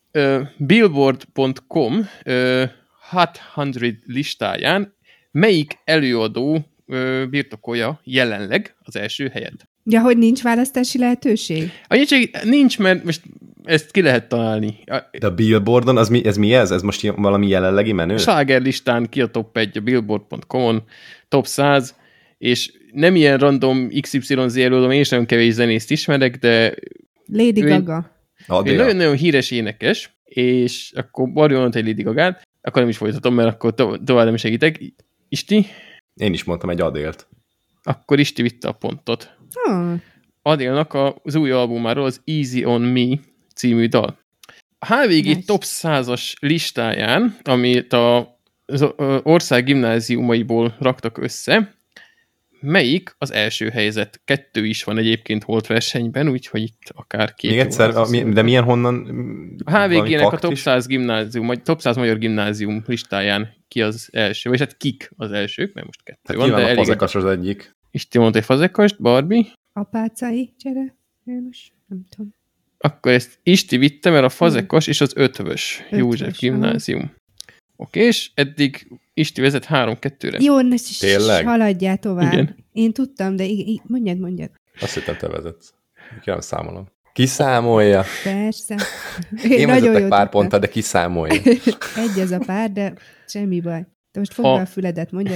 D: Billboard.com Hot 100 listáján melyik előadó birtokolja jelenleg az első helyet?
C: Ja, hogy nincs választási lehetőség?
D: Nincs, mert most ezt ki lehet találni.
B: De a Billboardon, ez mi ez? Ez most valami jelenlegi menő?
D: A Sláger listán ki a top 1, a Billboard.com-on top 100, és nem ilyen random XYZ előadom, én is nagyon kevés zenészt ismerek, de
C: Lady Gaga.
D: Egy nagyon-nagyon híres énekes, és akkor Barbie mondta egy Lady Gagát, akkor nem is folytatom, mert akkor tovább nem segítek. Isti?
B: Én is mondtam egy Adélt.
D: Akkor Isti vitte a pontot. Adélnak az új albumáról az Easy on Me című dal. A HVG nice. Top 100-as listáján, amit az ország gimnáziumaiból raktak össze, melyik az első helyzet? 2 is van egyébként holt versenyben, úgyhogy itt akár 2.
B: Még egyszer, de milyen honnan?
D: A HVG-nek a top 100 gimnázium, vagy top 100 magyar gimnázium listáján ki az első, vagy hát kik az elsők, mert most 2
B: hát
D: van, de
B: elég. Fazekas az egyik.
D: Isti mondta egy Fazekast, Barbie.
C: Apácai csere? János, nem tudom.
D: Akkor ezt Isti vitte, mert a Fazekas és az Ötvös József gimnázium. Oké, és eddig Isti vezet 3-2-re.
C: Jó, haladjál tovább.
D: Igen.
C: Én tudtam, de mondjad.
B: Azt hittem, te vezetsz. Kérem, számolom. Ki-számolja?
C: Persze.
B: Én vezetek pár ponttal, de ki-számolja?
C: Egy ez a pár, de semmi baj. Te most fogd be a füledet, mondjad.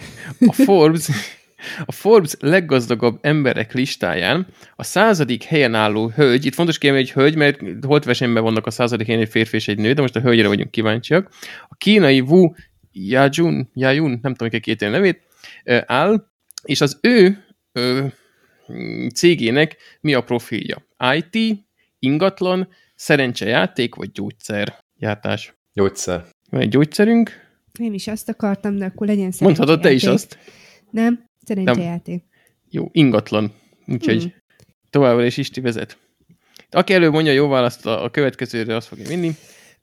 D: A Forbes leggazdagabb emberek listáján a 100. helyen álló hölgy, itt fontos kiemelni, hogy hölgy, mert holt versenyben vannak a 100. helyen egy férfi és egy nő, de most a hölgyre vagyunk kíváncsiak. A kínai Wu Yajun, nem tudom, hogy két nevét, áll, és az ő cégének mi a profilja? IT, ingatlan, szerencsejáték vagy gyógyszergyártás?
B: Gyógyszer.
D: Van egy gyógyszerünk.
C: Én is azt akartam, de akkor legyen szerencsejáték.
D: Mondhatod te is azt?
C: Nem, szerencsejáték.
D: Jó, ingatlan. Úgyhogy továbbra is Isti vezet. Aki előbb mondja jó választ, a következőre azt fogja vinni.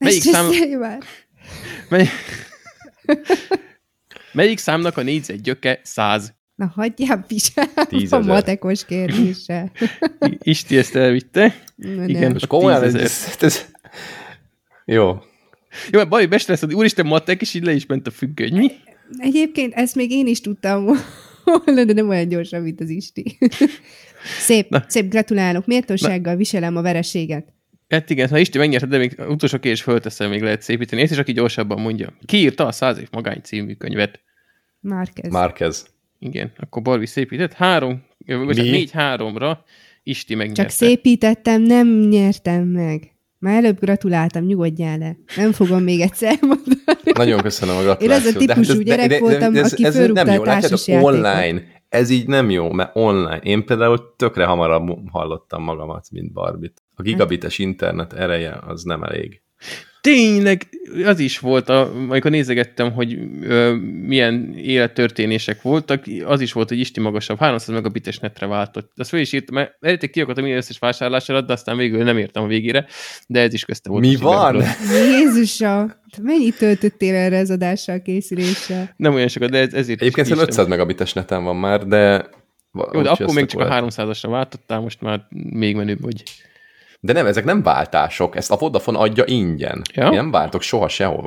D: Melyik számnak a négyzet gyöke 100?
C: Na hagyjál pisába a matekos kérdéssel.
D: Isti ezt elvitte. Igen,
B: most komolyan ez... Jó.
D: Jó, mert Bali bestresszed, úristen matek, és így le is ment a függöny. Mi?
C: Egyébként ezt még én is tudtam volna, de nem olyan gyorsan, mint az Isti. Szép, gratulálok. Méltósággal viselem a vereséget.
D: Hát igen, ha Isti megnyerte, de még utolsó kérdés fölteszem, még lehet szépíteni. Ezt is, aki gyorsabban mondja. Ki írta a 100 év magány című könyvet?
C: Márquez.
D: Igen, akkor Barbie szépített. 4-3-ra Isti megnyerte.
C: Csak szépítettem, nem nyertem meg. Már előbb gratuláltam, nyugodjál le. Nem fogom még egyszer mondani.
B: Nagyon köszönöm a gratulációt.
C: Én az a típusú gyerek voltam, aki fölrúgta a társasjátékot.
B: Online. Ez így nem jó, mert online. Én például tökre hamarabb hallottam magamat, mint Barbit. A gigabites internet ereje az nem elég.
D: Tényleg, az is volt, amikor nézegettem, hogy milyen élettörténések voltak, az is volt, hogy Isti magasabb, 300 megabites netre váltott. Azt fel is írtam, mert előtte ki akartam minden összes vásárlás alatt, de aztán végül nem értem a végére, de ez is közte volt.
B: Mi van?
C: Jézusom! Mennyit töltöttél erre az adással, készüléssel?
D: Nem olyan sokat, de ezért
B: egyébként 500 megabites neten van már, de...
D: Jó, de akkor még csak a 300-asra váltottál, most már még menőbb vagy.
B: De nem, ezek nem váltások, ezt a Vodafone adja ingyen. Ja? Én nem váltok soha sehova.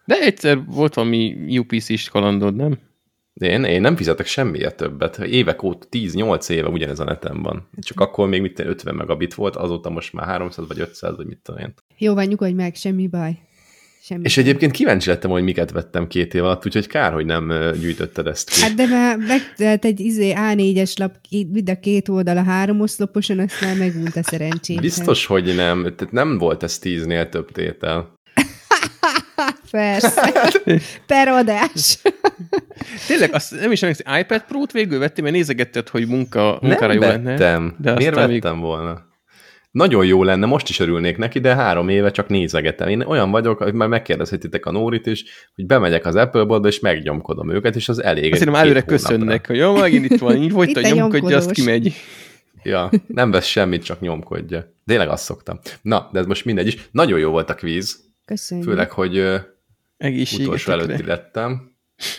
D: De egyszer volt valami UPC-s kalandod, nem?
B: Én nem fizetek semmiért többet. Évek óta, 10-8 éve ugyanez a neten van. Csak akkor még 50 megabit volt, azóta most már 300 vagy 500, vagy mit tudom én.
C: Jó van, nyugodj meg, semmi baj. Semmi
B: És egyébként kíváncsi lettem, hogy miket vettem 2 év alatt, úgyhogy kár, hogy nem gyűjtötted ezt ki.
C: Hát de már megtelt egy A4-es lap, mind a 2 oldala 3 oszloposan, aztán megúnt a szerencsét.
B: Biztos, hogy nem. Tehát nem volt ez 10-nél több tétel.
C: Persze. Per adás.
D: Tényleg, azt nem is emlékszem, iPad Pro-t végül vettem, mert nézegetted, hogy munkára jó lenne.
B: Vettem.
D: De
B: miért vettem volna? Nagyon jó lenne, most is örülnék neki, de 3 éve csak nézegetem. Én olyan vagyok, hogy már megkérdezhetitek a Nórit is, hogy bemegyek az Apple boltba, és megnyomkodom őket, és az elég.
D: Azt hiszem, előre köszönnek, hogy jó, megint itt van, így folyton nyomkodja, azt kimegy.
B: Ja, nem vesz semmit, csak nyomkodja. Tényleg azt szoktam. Na, de ez most mindegy is. Nagyon jó volt a kvíz.
C: Köszönjük.
B: Főleg, hogy utolsó előtti lettem.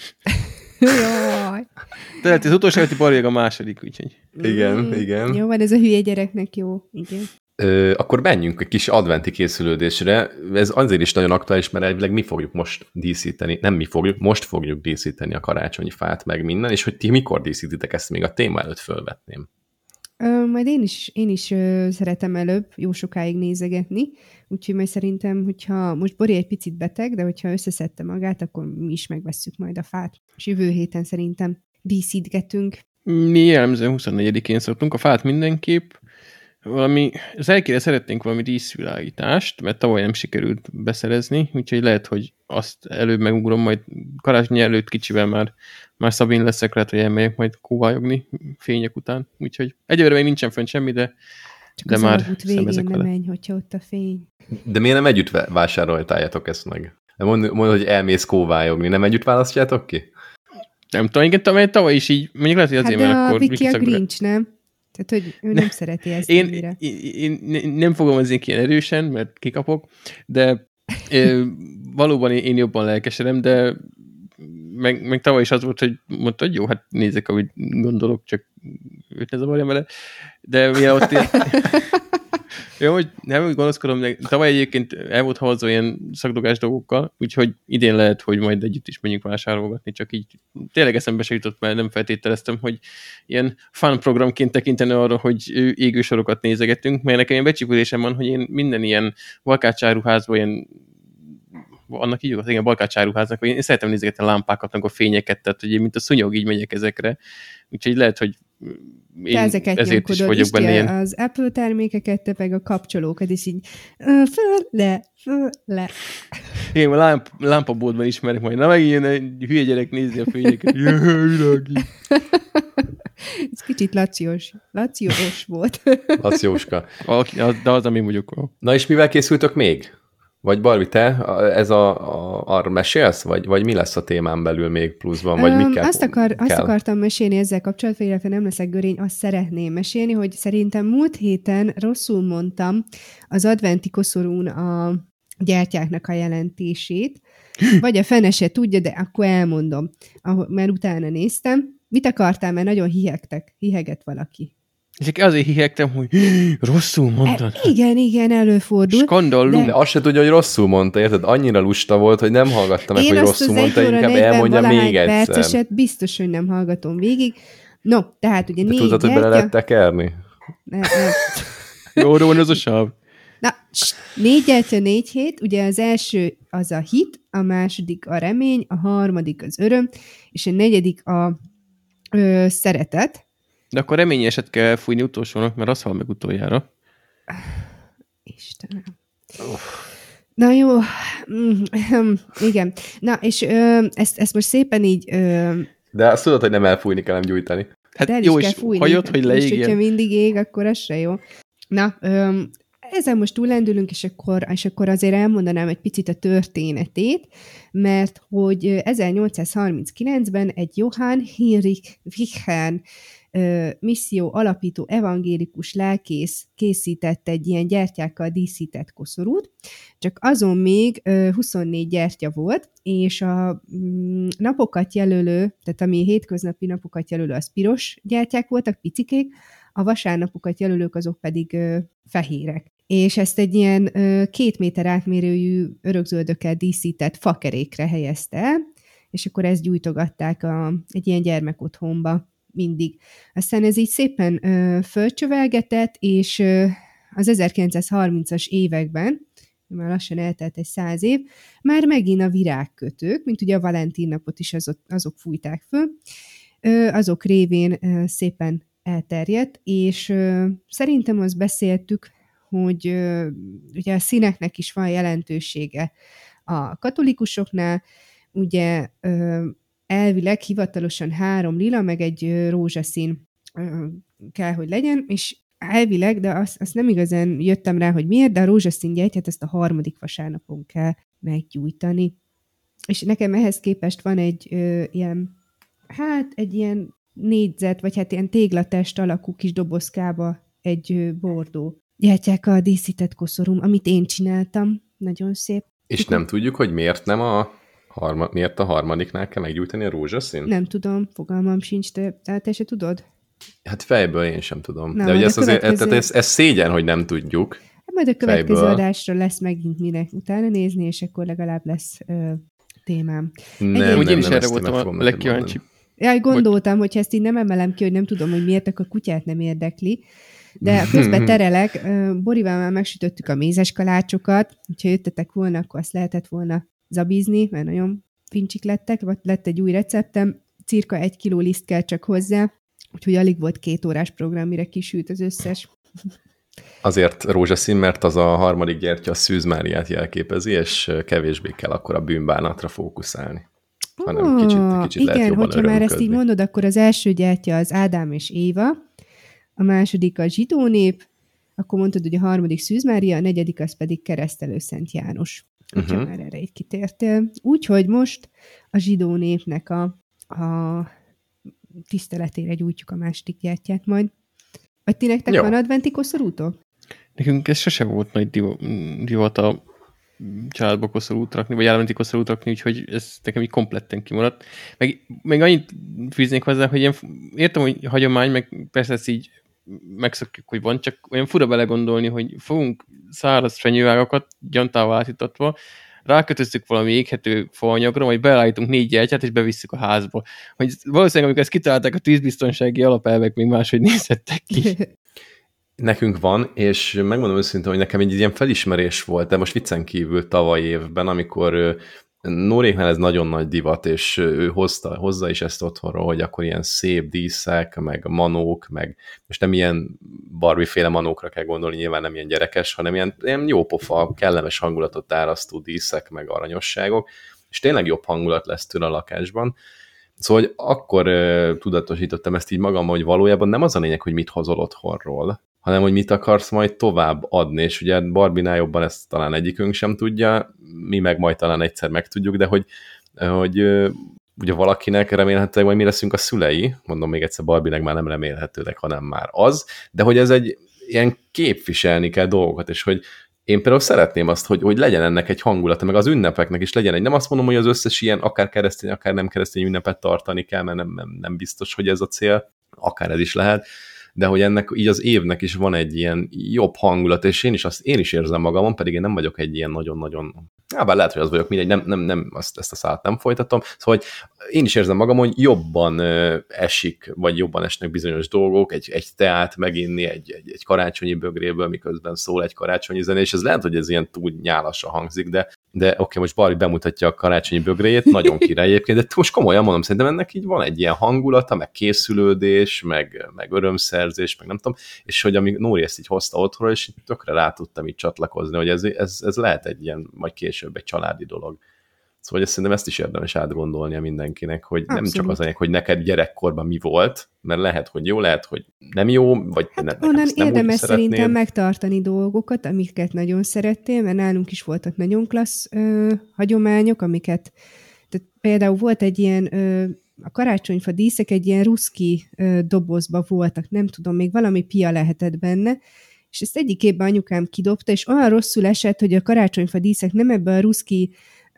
C: Jaj.
D: Tehát az utolsó előtti Barbie a második, úgyhogy.
B: Igen.
C: Jó, van ez a hülye gyereknek jó. Igen.
B: Akkor menjünk egy kis adventi készülődésre. Ez azért is nagyon aktuális, mert elvileg mi fogjuk most díszíteni. Nem mi fogjuk, most fogjuk díszíteni a karácsonyi fát, meg minden, és hogy ti mikor díszítitek, ezt még a téma előtt fölvetném.
C: Majd én is szeretem előbb jó sokáig nézegetni, úgyhogy majd szerintem, hogyha most Bori egy picit beteg, de hogyha összeszedte magát, akkor mi is megvesszük majd a fát. És jövő héten szerintem díszítgetünk.
D: Mi jellemzően 24-én szoktunk, a fát mindenképp. Az elkére szeretnénk valami díszvilágítást, mert tavaly nem sikerült beszerezni, úgyhogy lehet, hogy azt előbb megugrom, majd karácsony előtt kicsivel már Szabin leszek, lehet, hogy elmegyek majd kóvályogni fények után. Úgyhogy egyelőre még nincsen fönn semmi, de már
C: szemezek vele. Menj, hogyha ott a fény.
B: De miért nem együtt vásároltájátok ezt meg? Mondod, hogy elmész kóvályogni, nem együtt választjátok ki?
D: Nem tudom, igen, tavaly is így, mondjuk lehet, hogy azért,
C: hát
D: mert akkor...
C: Hát de a Grinch, nem? Tehát, hogy ő nem szereti ezt
D: én nem fogalmaznék ilyen erősen, mert kikapok, de valóban én jobban lelkesedem, de meg tavaly is az volt, hogy mondta, hogy jó, hát nézzek, amit gondolok, csak őt ne zavarjam vele, de mi ott ilyen... Jó, hogy nem úgy gondolkodom, de tavaly egyébként el volt havazó ilyen szakdogás dolgokkal, úgyhogy idén lehet, hogy majd együtt is menjünk vásárolgatni, csak így tényleg eszembe se jutott, mert nem feltételeztem, hogy ilyen fun programként tekinteni arra, hogy égősorokat nézegetünk, mert nekem ilyen becsipülésem van, hogy én minden ilyen balkácsáruházban ilyen annak így, igen, balkácsáruháznak, hogy én szeretem nézegetni a lámpákat, meg a fényeket, tehát hogy én mint a szúnyog így megyek ezekre. Úgyhogy lehet, hogy én ezért is vagyok benne ilyen.
C: Az Apple termékeket, te meg a kapcsolókat, és így föl, le.
D: Én a lámpaboltban ismerek majd. Na meg ilyen hülye gyerek nézni a fényeket.
C: Ez kicsit laciós volt.
B: Lacióska.
D: De az, ami mondjuk.
B: Na és mivel készültök még? Vagy Barbie, te arra mesélsz? Vagy mi lesz a témán belül még pluszban? Vagy mi kell?
C: Azt akartam mesélni ezzel kapcsolatban, illetve nem leszek görény, azt szeretném mesélni, hogy szerintem múlt héten rosszul mondtam az adventi koszorún a gyertyáknak a jelentését, vagy a fene se tudja, de akkor elmondom, mert utána néztem. Mit akartál, mert nagyon hihegett valaki.
D: És azért hihegtem, hogy rosszul mondtad.
C: Igen, előfordul.
D: Skandallum.
B: De azt se tudja, hogy rosszul mondta, érted? Annyira lusta volt, hogy nem hallgatta meg, hogy rosszul mondta, inkább elmondja még egyszer.
C: Perceset biztos, hogy nem hallgatom végig. No, tehát ugye 4 gyertya...
B: Tudod, hogy bele lehet tekerni?
C: Nem.
D: Jóra van az a sáv.
C: Na, 4 gyertya, 4 hét, ugye az első az a hit, a második a remény, a harmadik az öröm, és a negyedik a szeretet.
D: De akkor reményeset kell fújni utolsónak, mert az hal meg utoljára.
C: Istenem. Na jó, igen. Na, és ezt most szépen így...
B: De azt tudod, hogy nem elfújni kell, nem gyújtani.
D: Hát jó, és hajod, hogy leégjen.
C: És hogyha mindig ég, akkor az se jó. Na, ezzel most túllendülünk, és akkor azért elmondanám egy picit a történetét, mert hogy 1839-ben egy Johann Heinrich Wichern misszió alapító evangélikus lelkész készített egy ilyen gyertyákkal díszített koszorút, csak azon még 24 gyertya volt, és a napokat jelölő, tehát ami hétköznapi napokat jelölő, az piros gyertyák voltak, picikék, a vasárnapokat jelölők azok pedig fehérek. és ezt egy ilyen 2 méter átmérőjű örökzöldökkel díszített fakerékre helyezte el, és akkor ezt gyújtogatták egy ilyen gyermekotthonba mindig. Aztán ez így szépen fölcsövelgetett, és az 1930-as években, már lassan eltelt egy 100 év, már megint a virágkötők, mint ugye a Valentin napot is azok fújták föl, azok révén szépen elterjedt, és szerintem azt beszéltük, hogy ugye a színeknek is van jelentősége a katolikusoknál, ugye elvileg hivatalosan 3 lila, meg egy rózsaszín kell, hogy legyen, és elvileg, de azt nem igazán jöttem rá, hogy miért, de a rózsaszín gyertyát ezt a 3. vasárnapon kell meggyújtani. És nekem ehhez képest van egy egy ilyen négyzet, vagy hát ilyen téglatest alakú kis dobozkába egy bordó gyertyákkal díszített koszorúm, amit én csináltam. Nagyon szép.
B: És nem tudjuk, hogy miért nem miért a harmadiknál kell meggyújtani a rózsaszín?
C: Nem tudom, fogalmam sincs, te se tudod?
B: Hát fejből én sem tudom.
C: Na,
B: de ugye ez szégyen, hogy nem tudjuk.
C: Hát majd a következő
B: fejből.
C: adásra lesz megint minek utána nézni, és akkor legalább lesz témám.
D: Nem, én is erre voltam a legkíváncsibb.
C: Jaj, gondoltam, hogy ha ezt így nem emelem ki, hogy nem tudom, hogy miért, akkor a kutyát nem érdekli. De közben terelek, Borival már megsütöttük a mézes kalácsokat, hogyha jöttetek volna, akkor azt lehetett volna zabízni, mert nagyon fincsik lettek, vagy lett egy új receptem, cirka 1 kiló liszt kell csak hozzá, úgyhogy alig volt 2 órás program, mire kisült az összes.
B: Azért rózsaszín, mert az a harmadik gyertya a Szűz Máriát jelképezi, és kevésbé kell akkor a bűnbánatra fókuszálni. Hanem kicsit lehet
C: igen,
B: jobban
C: hogyha már ezt így mondod, akkor az első gyertya az Ádám és Éva, a második a zsidó nép, akkor mondtad, hogy a harmadik Szűz Mária, a negyedik az pedig Keresztelő Szent János. Hogyha már erre így kitértél. Úgyhogy most a zsidó népnek a tiszteletére gyújtjuk a második gyertyát majd. Vagy ti nektek van adventi koszorútok?
D: Nekünk ez sose volt nagy divat a családba koszorút rakni, vagy adventi koszorút rakni, úgyhogy ez nekem így kompletten kimaradt. Meg annyit fűznék hozzá, hogy én értem, hogy hagyomány, meg persze ezt így megszokjuk, hogy van, csak olyan fura belegondolni, hogy fogunk száraz fenyőágakat gyantával átítatva, rákötöztük valami éghető faanyagra, majd beállítunk 4 gyertyát, és bevisszük a házba. Hogy valószínűleg, amikor ezt kitalálták, a tűzbiztonsági alapelvek még máshogy nézhettek ki.
B: Nekünk van, és megmondom őszintén, hogy nekem egy ilyen felismerés volt, de most viccen kívül tavaly évben, amikor Nóréknál ez nagyon nagy divat, és ő hozza is ezt otthonról, hogy akkor ilyen szép díszek, meg manók, meg most nem ilyen Barbie-féle manókra kell gondolni, nyilván nem ilyen gyerekes, hanem ilyen jópofa, kellemes hangulatot árasztó díszek, meg aranyosságok, és tényleg jobb hangulat lesz tőle a lakásban. Szóval hogy akkor tudatosítottam ezt így magam, hogy valójában nem az a lényeg, hogy mit hozol otthonról, hanem hogy mit akarsz majd tovább adni, és ugye Barbie-nál jobban ezt talán egyikünk sem tudja, mi meg majd talán egyszer megtudjuk, de hogy ugye valakinek remélhetőleg majd mi leszünk a szülei, mondom még egyszer, Barbie-nek már nem remélhetőleg, hanem már az, de hogy ez egy ilyen képviselni kell dolgokat, és hogy én például szeretném azt, hogy legyen ennek egy hangulata, meg az ünnepeknek is legyen egy. Nem azt mondom, hogy az összes ilyen akár keresztény, akár nem keresztény ünnepet tartani kell, mert nem biztos, hogy ez a cél, akár ez is lehet, de hogy ennek így az évnek is van egy ilyen jobb hangulat, és én is érzem magamon, pedig én nem vagyok egy ilyen nagyon-nagyon, bár lehet, hogy az vagyok, mindegy, nem ezt a szállat nem folytatom, szóval hogy én is érzem magam, hogy jobban esik, vagy jobban esnek bizonyos dolgok, egy teát meginni egy karácsonyi bögréből, miközben szól egy karácsonyi zene, és ez lehet, hogy ez ilyen túl nyálasra hangzik, de oké, most Barbie bemutatja a karácsonyi bögréjét, nagyon király egyébként, de most komolyan mondom, szerintem ennek így van egy ilyen hangulata, meg készülődés, meg örömszerzés, meg nem tudom, és hogy amíg Nóri ezt így hozta otthonra, és tökre rá tudtam így csatlakozni, hogy ez lehet egy ilyen, majd később egy családi dolog. Szóval szerintem ezt is érdemes átgondolnia mindenkinek, hogy abszolút. Nem csak az anyag, hogy neked gyerekkorban mi volt, mert lehet, hogy jó, lehet, hogy nem jó, vagy
C: onnan érdemes szerintem megtartani dolgokat, amiket nagyon szerettél, mert nálunk is voltak nagyon klassz hagyományok, amiket, tehát például volt egy ilyen, a karácsonyfa díszek egy ilyen ruszki dobozba voltak, nem tudom, még valami pia lehetett benne, és ezt egyik évben anyukám kidobta, és olyan rosszul esett, hogy a karácsonyfa díszek nem ebben a ruszki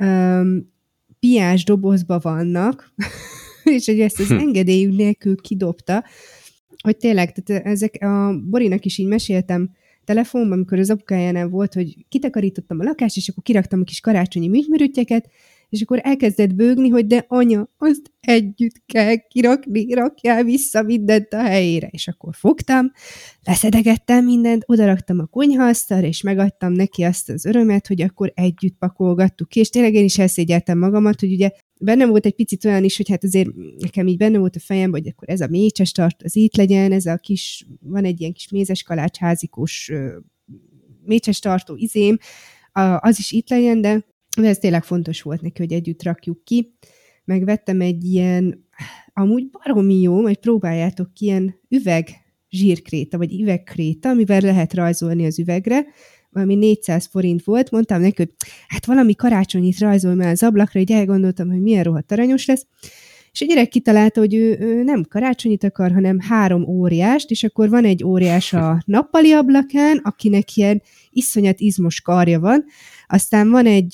C: piás dobozba vannak, és hogy ezt az engedélyünk nélkül kidobta, hogy tényleg, tehát ezek a Borinak is így meséltem telefonban, amikor az apukájánál volt, hogy kitakarítottam a lakást, és akkor kiraktam a kis karácsonyi műtymürüttyeket, és akkor elkezdett bőgni, hogy de anya, azt együtt kell kirakni, rakjál vissza mindent a helyére. És akkor fogtam, leszedegettem mindent, odaraktam a konyhaasztalra, és megadtam neki azt az örömet, hogy akkor együtt pakolgattuk ki, és tényleg én is elszégyeltem magamat, hogy ugye bennem volt egy picit olyan is, hogy hát azért nekem így benne volt a fejemben, hogy akkor ez a mécses tart, az itt legyen, ez a kis, van egy ilyen kis mézes kalács házikós mécses tartó izém, az is itt legyen, de ez tényleg fontos volt neki, hogy együtt rakjuk ki. Megvettem egy ilyen, amúgy baromi jó, majd próbáljátok ki, ilyen üveg zsírkréta, vagy üvegkréta, amivel lehet rajzolni az üvegre, valami 400 forint volt, mondtam neki, hogy hát valami karácsonyit rajzol már az ablakra, így elgondoltam, hogy milyen rohadt aranyos lesz, és a gyerek kitalálta, hogy ő nem karácsonyit akar, hanem 3 óriást, és akkor van egy óriás a nappali ablakán, akinek ilyen iszonyat izmos karja van, aztán van egy,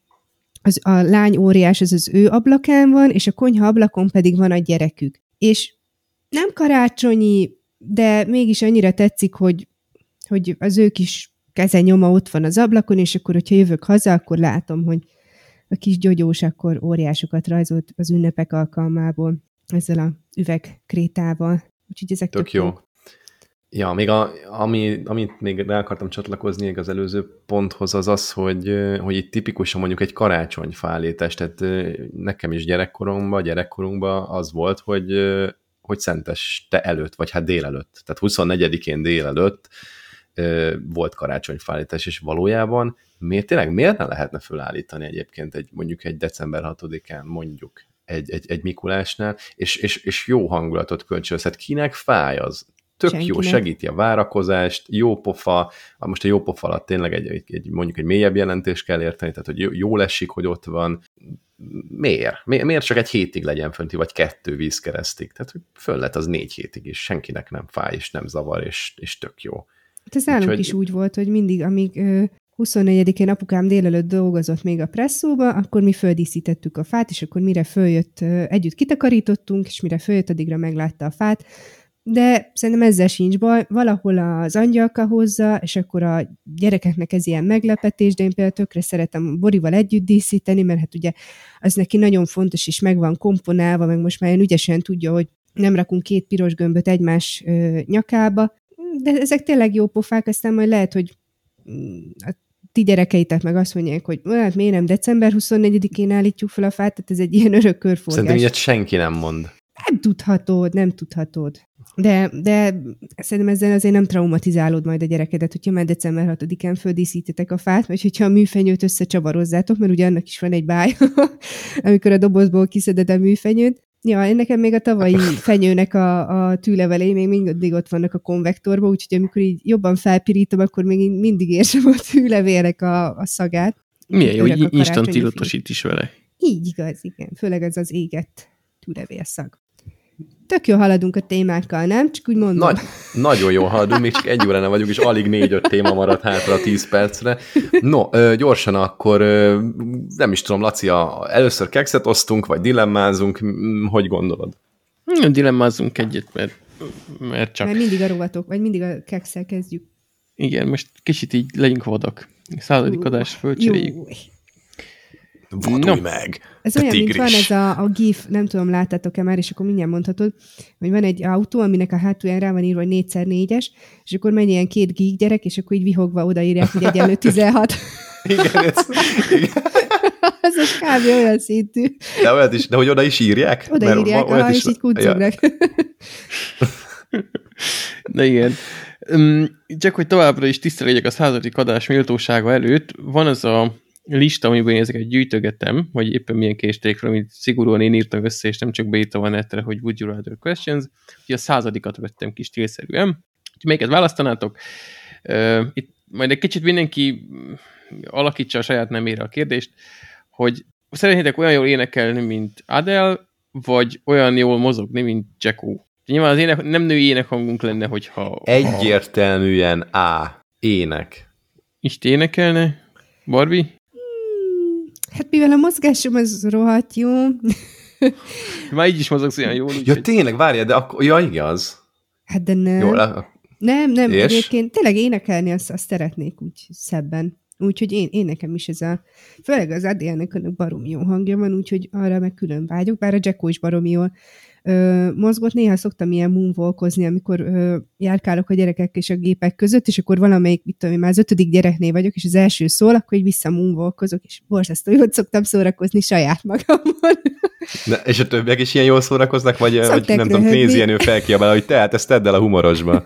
C: a lány óriás, az ő ablakán van, és a konyha ablakon pedig van a gyerekük. És nem karácsonyi, de mégis annyira tetszik, hogy az ő kis kezenyoma ott van az ablakon, és akkor, hogyha jövök haza, akkor látom, hogy a kis gyógyós akkor óriásokat rajzolt az ünnepek alkalmából ezzel a üvegkrétával. Úgyhogy ezek
B: tök jó. Ja, még amit még rá akartam csatlakozni az előző ponthoz, az az, hogy itt tipikusan mondjuk egy karácsonyfállítás, tehát nekem is gyerekkorunkban az volt, hogy szenteste előtt, vagy hát délelőtt, tehát 24-én délelőtt volt karácsonyfállítás, és valójában miért ne lehetne fölállítani egyébként mondjuk egy december 6-án mondjuk egy Mikulásnál, és jó hangulatot kölcsönözhet. Kinek fáj az? Tök senkinek. Jó, segíti a várakozást, jó pofa, most a jó pofa alatt tényleg mondjuk egy mélyebb jelentést kell érteni, tehát hogy jól esik, hogy ott van. Miért csak egy hétig legyen fönti, vagy 2 vízkeresztig? Tehát hogy föl lett az 4 hétig is, senkinek nem fáj, és nem zavar, és tök jó.
C: Hát ez nálunk is úgy volt, hogy mindig, amíg 24-én apukám délelőtt dolgozott még a presszóba, akkor mi földíszítettük a fát, és akkor mire följött, együtt kitakarítottunk, és mire följött, addigra meglátta a fát. De szerintem ezzel sincs baj, valahol az angyalka hozza, és akkor a gyerekeknek ez ilyen meglepetés, de én például tökre szeretem Borival együtt díszíteni, mert hát ugye az neki nagyon fontos, és meg van komponálva, meg most már ilyen ügyesen tudja, hogy nem rakunk 2 piros gömböt egymás nyakába, de ezek tényleg jó pofák, aztán majd lehet, hogy a ti gyerekeitek meg azt mondják, hogy hát miért nem december 24-én állítjuk fel a fát, tehát ez egy ilyen örök körforgás.
B: Szerintem ilyet senki nem mond.
C: Nem tudhatod. De szerintem ezzel azért nem traumatizálod majd a gyerekedet, hogyha már december 6-án földíszítetek a fát, vagy hogyha a műfenyőt összecsavarozzátok, mert ugye annak is van egy báj, amikor a dobozból kiszeded a műfenyőt. Ja, nekem még a tavalyi fenyőnek a tűlevelei még mindig ott vannak a konvektorban, úgyhogy amikor így jobban felpirítom, akkor még mindig érzem a tűlevélnek a szagát.
D: Milyen jó, hogy instant illatosít is vele.
C: Így igaz, igen. Főleg ez az égett tűlevélszag. Tök jól haladunk a témákkal, nem? Csak úgy mondom.
B: Nagyon jól haladunk, még csak 1 óránál vagyunk, és alig 4-5 téma maradt hátra a 10 percre. No, gyorsan akkor, nem is tudom, Laci, először kekszet osztunk, vagy dilemmázunk, hogy gondolod?
D: Dilemmázunk egyet, mert csak...
C: Mert mindig a rovatok, vagy mindig a kekszel kezdjük.
D: Igen, most kicsit így legyünk vadak. 100. adás fölcseréljük.
B: Vadulj meg!
C: Ez olyan, mint van ez a GIF, nem tudom, láttátok-e már, és akkor mindjárt mondhatod, hogy van egy autó, aminek a hátulján rá van írva, hogy 4x4-es, és akkor megy ilyen 2 geek gyerek, és akkor így vihogva odaírják, hogy egyenlő 16.
B: Igen,
C: ez a kb. Olyan szintű.
B: De olyat is, de hogy oda is írják?
C: Odaírják, és így kuncognak.
D: De igen. Csak hogy továbbra is tiszta legyek a 100. adás méltósága előtt, van az a lista, amiben én ezeket gyűjtögetem, vagy éppen milyen késtékről, amit szigorúan én írtam össze, és nem csak beírtam a netre, hogy would you rather questions, úgyhogy a 100. vettem kis stílszerűen. Úgyhogy melyiket választanátok? Itt majd egy kicsit mindenki alakítsa a saját nemére a kérdést, hogy szeretnétek olyan jól énekelni, mint Adele, vagy olyan jól mozogni, mint Jacko? Nyilván az nem női énekhangunk lenne, hogyha...
B: Egyértelműen ének.
D: És te énekelne? Barbie?
C: Hát mivel a mozgásom az rohadt jó.
D: Már így is mozogsz olyan jól.
B: Ja tényleg, várjál, de akkor... Ja, igaz.
C: Hát de nem.
B: Jó,
C: Nem,
B: És?
C: egyébként tényleg énekelni azt szeretnék úgy szebben. Úgyhogy én nekem is ez főleg az Adélnek annak baromi jó hangja van, úgyhogy arra meg külön vágyok, bár a Jacko is baromi jól mozgott. Néha szoktam ilyen moonwalkozni, amikor járkálok a gyerekek és a gépek között, és akkor valamelyik, mit tudom én, már az 5. gyereknél vagyok, és az első szól, akkor így vissza moonwalkozok, és borzasztó jót szoktam szórakozni saját magamon.
B: És a többiek is ilyen jól szórakoznak, vagy nem tudom, Knézi Jenő felkiabál, hogy tehát ezt tedd el a humorosba.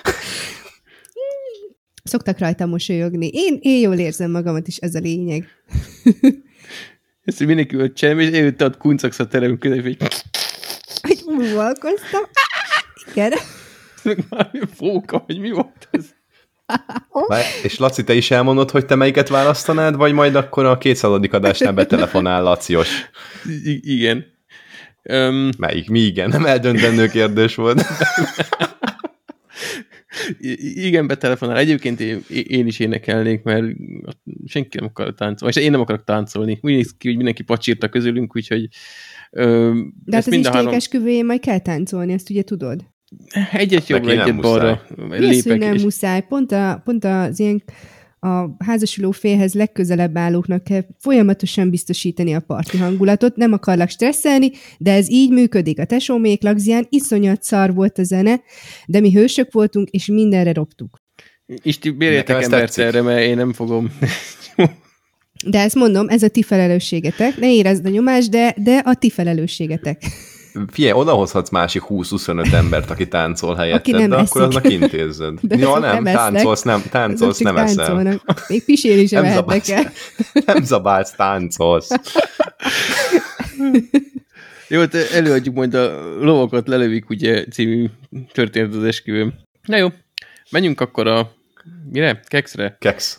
C: Szoktak rajta mosolyogni. Én jól érzem magamat, és ez a lényeg.
D: Ezt mindenki volt csinálni, és én ott kuncogsz a terem között,
C: hogy moonwalkoztam. Igen.
D: meg már fóka, hogy mi volt ez?
B: És Laci, te is elmondod, hogy te melyiket választanád, vagy majd akkor a 200. adásnál betelefonál Lacios?
D: Igen.
B: Melyik? Mi igen? Nem eldöntendő kérdés volt.
D: Igen, betelefonál. Egyébként én is énekelnék, mert senki nem akar táncolni. És én nem akarok táncolni. Úgy néz ki, hogy mindenki pacsírta közülünk, úgyhogy...
C: De hát az Istenkékesküvőjén majd kell táncolni, ezt ugye tudod?
D: Egyet jobbra, egyet balra
C: lépek. Nem muszáj. Pont az ilyen a házasuló félhez legközelebb állóknak kell folyamatosan biztosítani a parti hangulatot. Nem akarlak stresszelni, de ez így működik. A tesómék Lagzián iszonyat szar volt a zene, de mi hősök voltunk, és mindenre robtuk.
D: Isti, bérjetek embert erre, mert én nem fogom...
C: De ezt mondom, ez a ti felelősségetek. Ne érezd a nyomást, de a ti felelősségetek.
B: Figyelj, odahozhatsz másik 20-25 embert, aki táncol helyetted,
C: aki nem
B: de
C: eszik.
B: akkor aznak intézzed. Ja, nem táncolsz, nem eszel.
C: Még pisélni sem mehetnek el.
B: Nem zabálsz, táncolsz.
D: Jó, előadjuk majd a lovakat lelövik, ugye, című történet az esküvőm. Na jó, menjünk akkor a... Mire? Kekszre?
B: Keksz.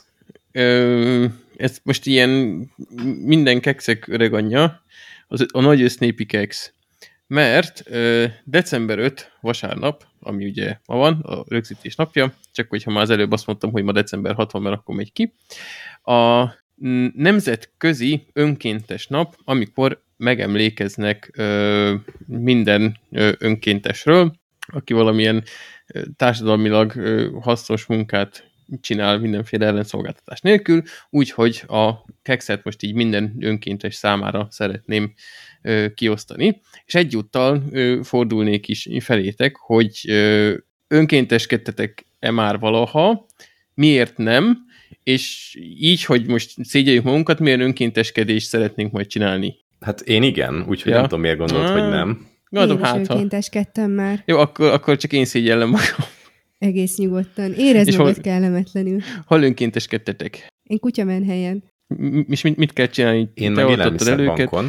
D: Ez most ilyen minden kekszek öreg anyja, a nagy össznépi keksz. Mert december 5 vasárnap, ami ugye ma van, a rögzítés napja, csak hogyha már az előbb azt mondtam, hogy ma december 6 van, mert akkor megy ki, a nemzetközi önkéntes nap, amikor megemlékeznek minden önkéntesről, aki valamilyen társadalmilag hasznos munkát csinál mindenféle ellenszolgáltatás nélkül, úgyhogy a kekszet most így minden önkéntes számára szeretném kiosztani, és egyúttal fordulnék is felétek, hogy önkénteskedtetek-e már valaha, miért nem, és így, hogy most szégyeljük magunkat, milyen önkénteskedést szeretnénk majd csinálni.
B: Hát én igen, úgyhogy nem tudom, miért gondolod, hogy nem.
C: Gondolom, én is önkénteskedtem már.
D: Jó, akkor csak én szégyellem magam.
C: Egész nyugodtan. Érezd magad kellemetlenül.
D: Hol önkénteskedtetek?
C: Én Kutyamenhelyen.
D: És mit kell csinálni?
B: Én meg élelmiszerbankon.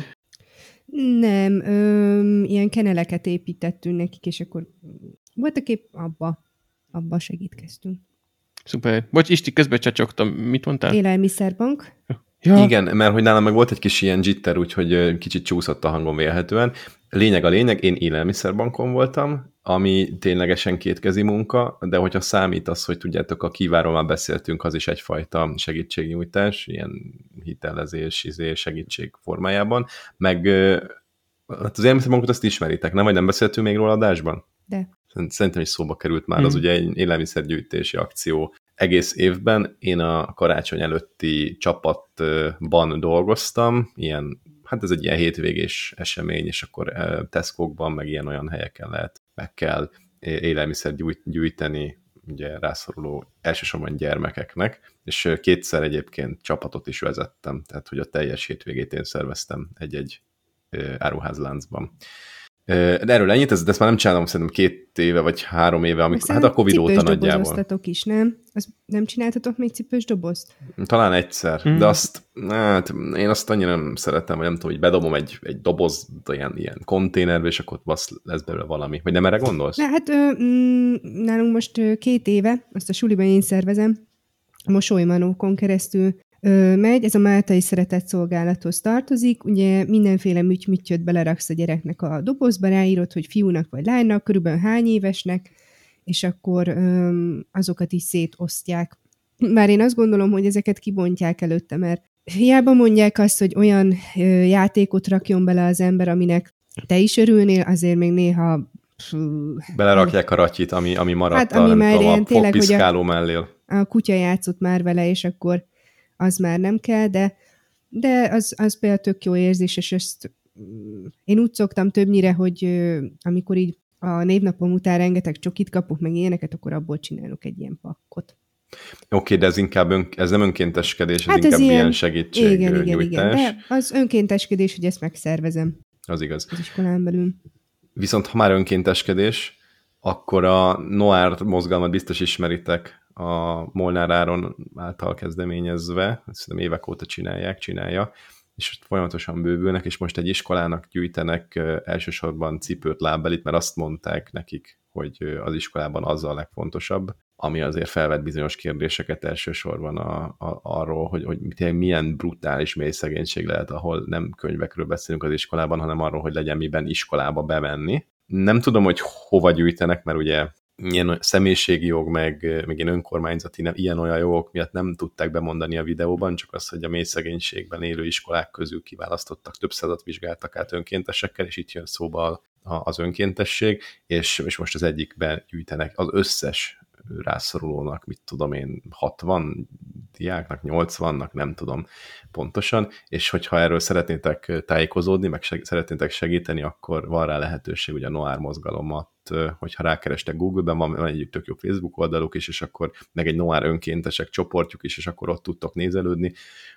C: Nem, ilyen keneleket építettünk nekik, és akkor voltak épp abba segítkeztünk.
D: Szuper. Bocs, Isti, közben csacsogtam. Mit mondtál?
C: Élelmiszerbank.
B: Ja. Igen, mert hogy nálam meg volt egy kis ilyen jitter, úgyhogy kicsit csúszott a hangom vélhetően. Lényeg, én élelmiszerbankon voltam, ami ténylegesen kétkezi munka, de hogyha számít az, hogy tudjátok, a Kiváról már beszéltünk, az is egyfajta segítségnyújtás, ilyen hitelezés, segítség formájában, meg hát az élelmiszerbankot azt ismeritek, nem? Vagy nem beszéltünk még róla adásban?
C: De.
B: Szerintem is szóba került már, az ugye egy élelmiszergyűjtési akció. Egész évben én a karácsony előtti csapatban dolgoztam, hát ez egy ilyen hétvégés esemény, és akkor Tesco-kban, meg ilyen-olyan helyeken meg kell élelmiszer gyűjteni, ugye rászoruló elsősorban gyermekeknek, és kétszer egyébként csapatot is vezettem, tehát hogy a teljes hétvégét én szerveztem egy áruházláncban. De erről ennyit, de ezt már nem csinálom szerintem 2 éve vagy 3 éve, amikor, hát a Covid óta nagyjából.
C: Cipős is, nem? Azt nem csináltatok még cipős dobozt?
B: Talán egyszer, de hát én azt annyira nem szeretem, hogy nem tudom, hogy bedobom egy doboz ilyen konténerbe, és akkor lesz belőle valami. Vagy nem erre gondolsz?
C: Na, hát nálunk most 2 éve, azt a suliban én szervezem, a Mosolymanókon keresztül megy, ez a Máltai Szeretett Szolgálathoz tartozik, ugye mindenféle műtyöt beleraksz a gyereknek a dobozba, ráírod, hogy fiúnak vagy lánynak, körülbelül hány évesnek, és akkor azokat is szétosztják. Már én azt gondolom, hogy ezeket kibontják előtte, mert hiába mondják azt, hogy olyan játékot rakjon bele az ember, aminek te is örülnél, azért még néha
B: Belerakják a ratyit, ami maradt,
C: Hát, ami már ilyen tényleg, hogy
B: fogpiszkáló mellél.
C: A kutya játszott már vele, és akkor az már nem kell, de az például tök jó érzés, és ezt én úgy szoktam többnyire, hogy amikor így a névnapom után rengeteg csokit kapok, meg ilyeneket, akkor abból csinálok egy ilyen pakkot.
B: Oké, de ez nem önkénteskedés, ez
C: Hát
B: inkább
C: ez
B: ilyen segítségnyújtás.
C: Igen, de az önkénteskedés, hogy ezt megszervezem.
B: Az igaz.
C: Az iskolán belül.
B: Viszont ha már önkénteskedés, akkor a Noir mozgalmat biztos ismeritek, a Molnár Áron által kezdeményezve, szerintem évek óta csinálja, és folyamatosan bővülnek, és most egy iskolának gyűjtenek elsősorban cipőt, lábbelit, mert azt mondták nekik, hogy az iskolában az a legfontosabb, ami azért felvet bizonyos kérdéseket elsősorban arról, hogy milyen brutális mély szegénység lehet, ahol nem könyvekről beszélünk az iskolában, hanem arról, hogy legyen miben iskolába bemenni. Nem tudom, hogy hova gyűjtenek, mert ugye ilyen személyiségi jog, meg ilyen önkormányzati ilyen-olyan jogok miatt nem tudták bemondani a videóban, csak az, hogy a mély szegénységben élő iskolák közül kiválasztottak, több százat vizsgáltak át önkéntesekkel, és itt jön szóba az önkéntesség, és most az egyikben gyűjtenek az összes rászorulónak, mit tudom én, 60 diáknak, 80-nak, nem tudom pontosan, és hogyha erről szeretnétek tájékozódni, meg szeretnétek segíteni, akkor van rá lehetőség, ugye a Noir mozgalomat, hogyha rákerestek Google-ben, van egy tök jó Facebook oldaluk is, és akkor meg egy Noir önkéntesek csoportjuk is, és akkor ott tudtok nézelődni.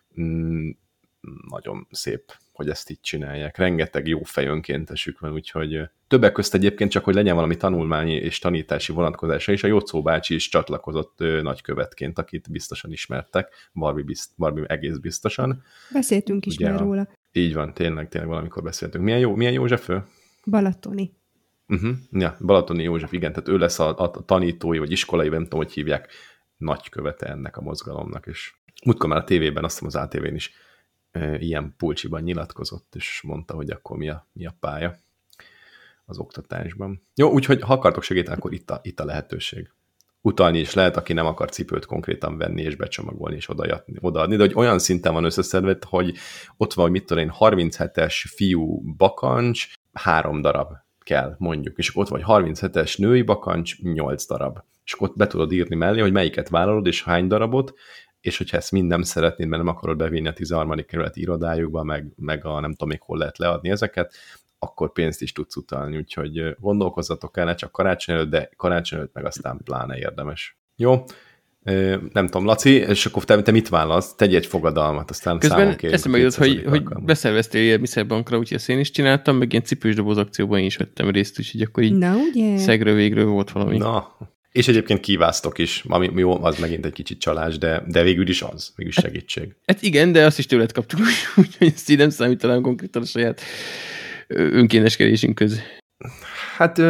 B: Nagyon szép, hogy ezt így csinálják. Rengeteg jó fej önkéntesük van, úgyhogy többek közt egyébként csak, hogy legyen valami tanulmányi és tanítási vonatkozása, és a Jocó bácsi is csatlakozott nagykövetként, akit biztosan ismertek, Barbie egész biztosan.
C: Beszéltünk is
B: ugye
C: már róla.
B: Így van, tényleg valamikor beszéltünk. Milyen József ő?
C: Balatoni.
B: Ja, Balatoni József, igen, tehát ő lesz a tanítói, vagy iskolai, nem tudom, hogy hívják, nagykövete ennek a mozgalomnak, és múltkor már a tévében, azt hiszem az ATV-n is ilyen pulcsiban nyilatkozott, és mondta, hogy akkor mi a pálya az oktatásban. Jó, úgyhogy ha akartok segíteni, akkor itt a lehetőség. Utalni is lehet, aki nem akar cipőt konkrétan venni, és becsomagolni, és odaadni, de hogy olyan szinten van összeszedve, hogy ott van, hogy mit tudom én, 37-es fiú bakancs, 3 darab kell, mondjuk, és akkor ott vagy 37-es női bakancs, 8 darab. És akkor ott be tudod írni mellé, hogy melyiket vállalod, és hány darabot, és hogyha ezt mind nem szeretnéd, mert nem akarod bevinni a 13. kerületi irodájukba, meg a nem tudom még hol lehet leadni ezeket, akkor pénzt is tudsz utalni, úgyhogy gondolkozzatok el, ne csak karácsony előtt, de karácsony előtt meg aztán pláne érdemes. Jó? Nem tudom, Laci, és akkor te mit válasz? Tegy egy fogadalmat, aztán számon kérjük.
D: Eszembe jutott, hogy beszerveztél ilyen Miszerbankra, úgyhogy ezt én is csináltam, meg ilyen cipős doboz akcióban én is vettem részt, úgyhogy akkor így szegről végről volt valami.
B: Na, és egyébként kíváztok is, ami jó, az megint egy kicsit csalás, de végül is segítség.
D: Hát igen, de azt is tőled kaptuk, úgyhogy ezt így nem számítanám konkrétan a saját önkénteskedésünk közé.
B: Hát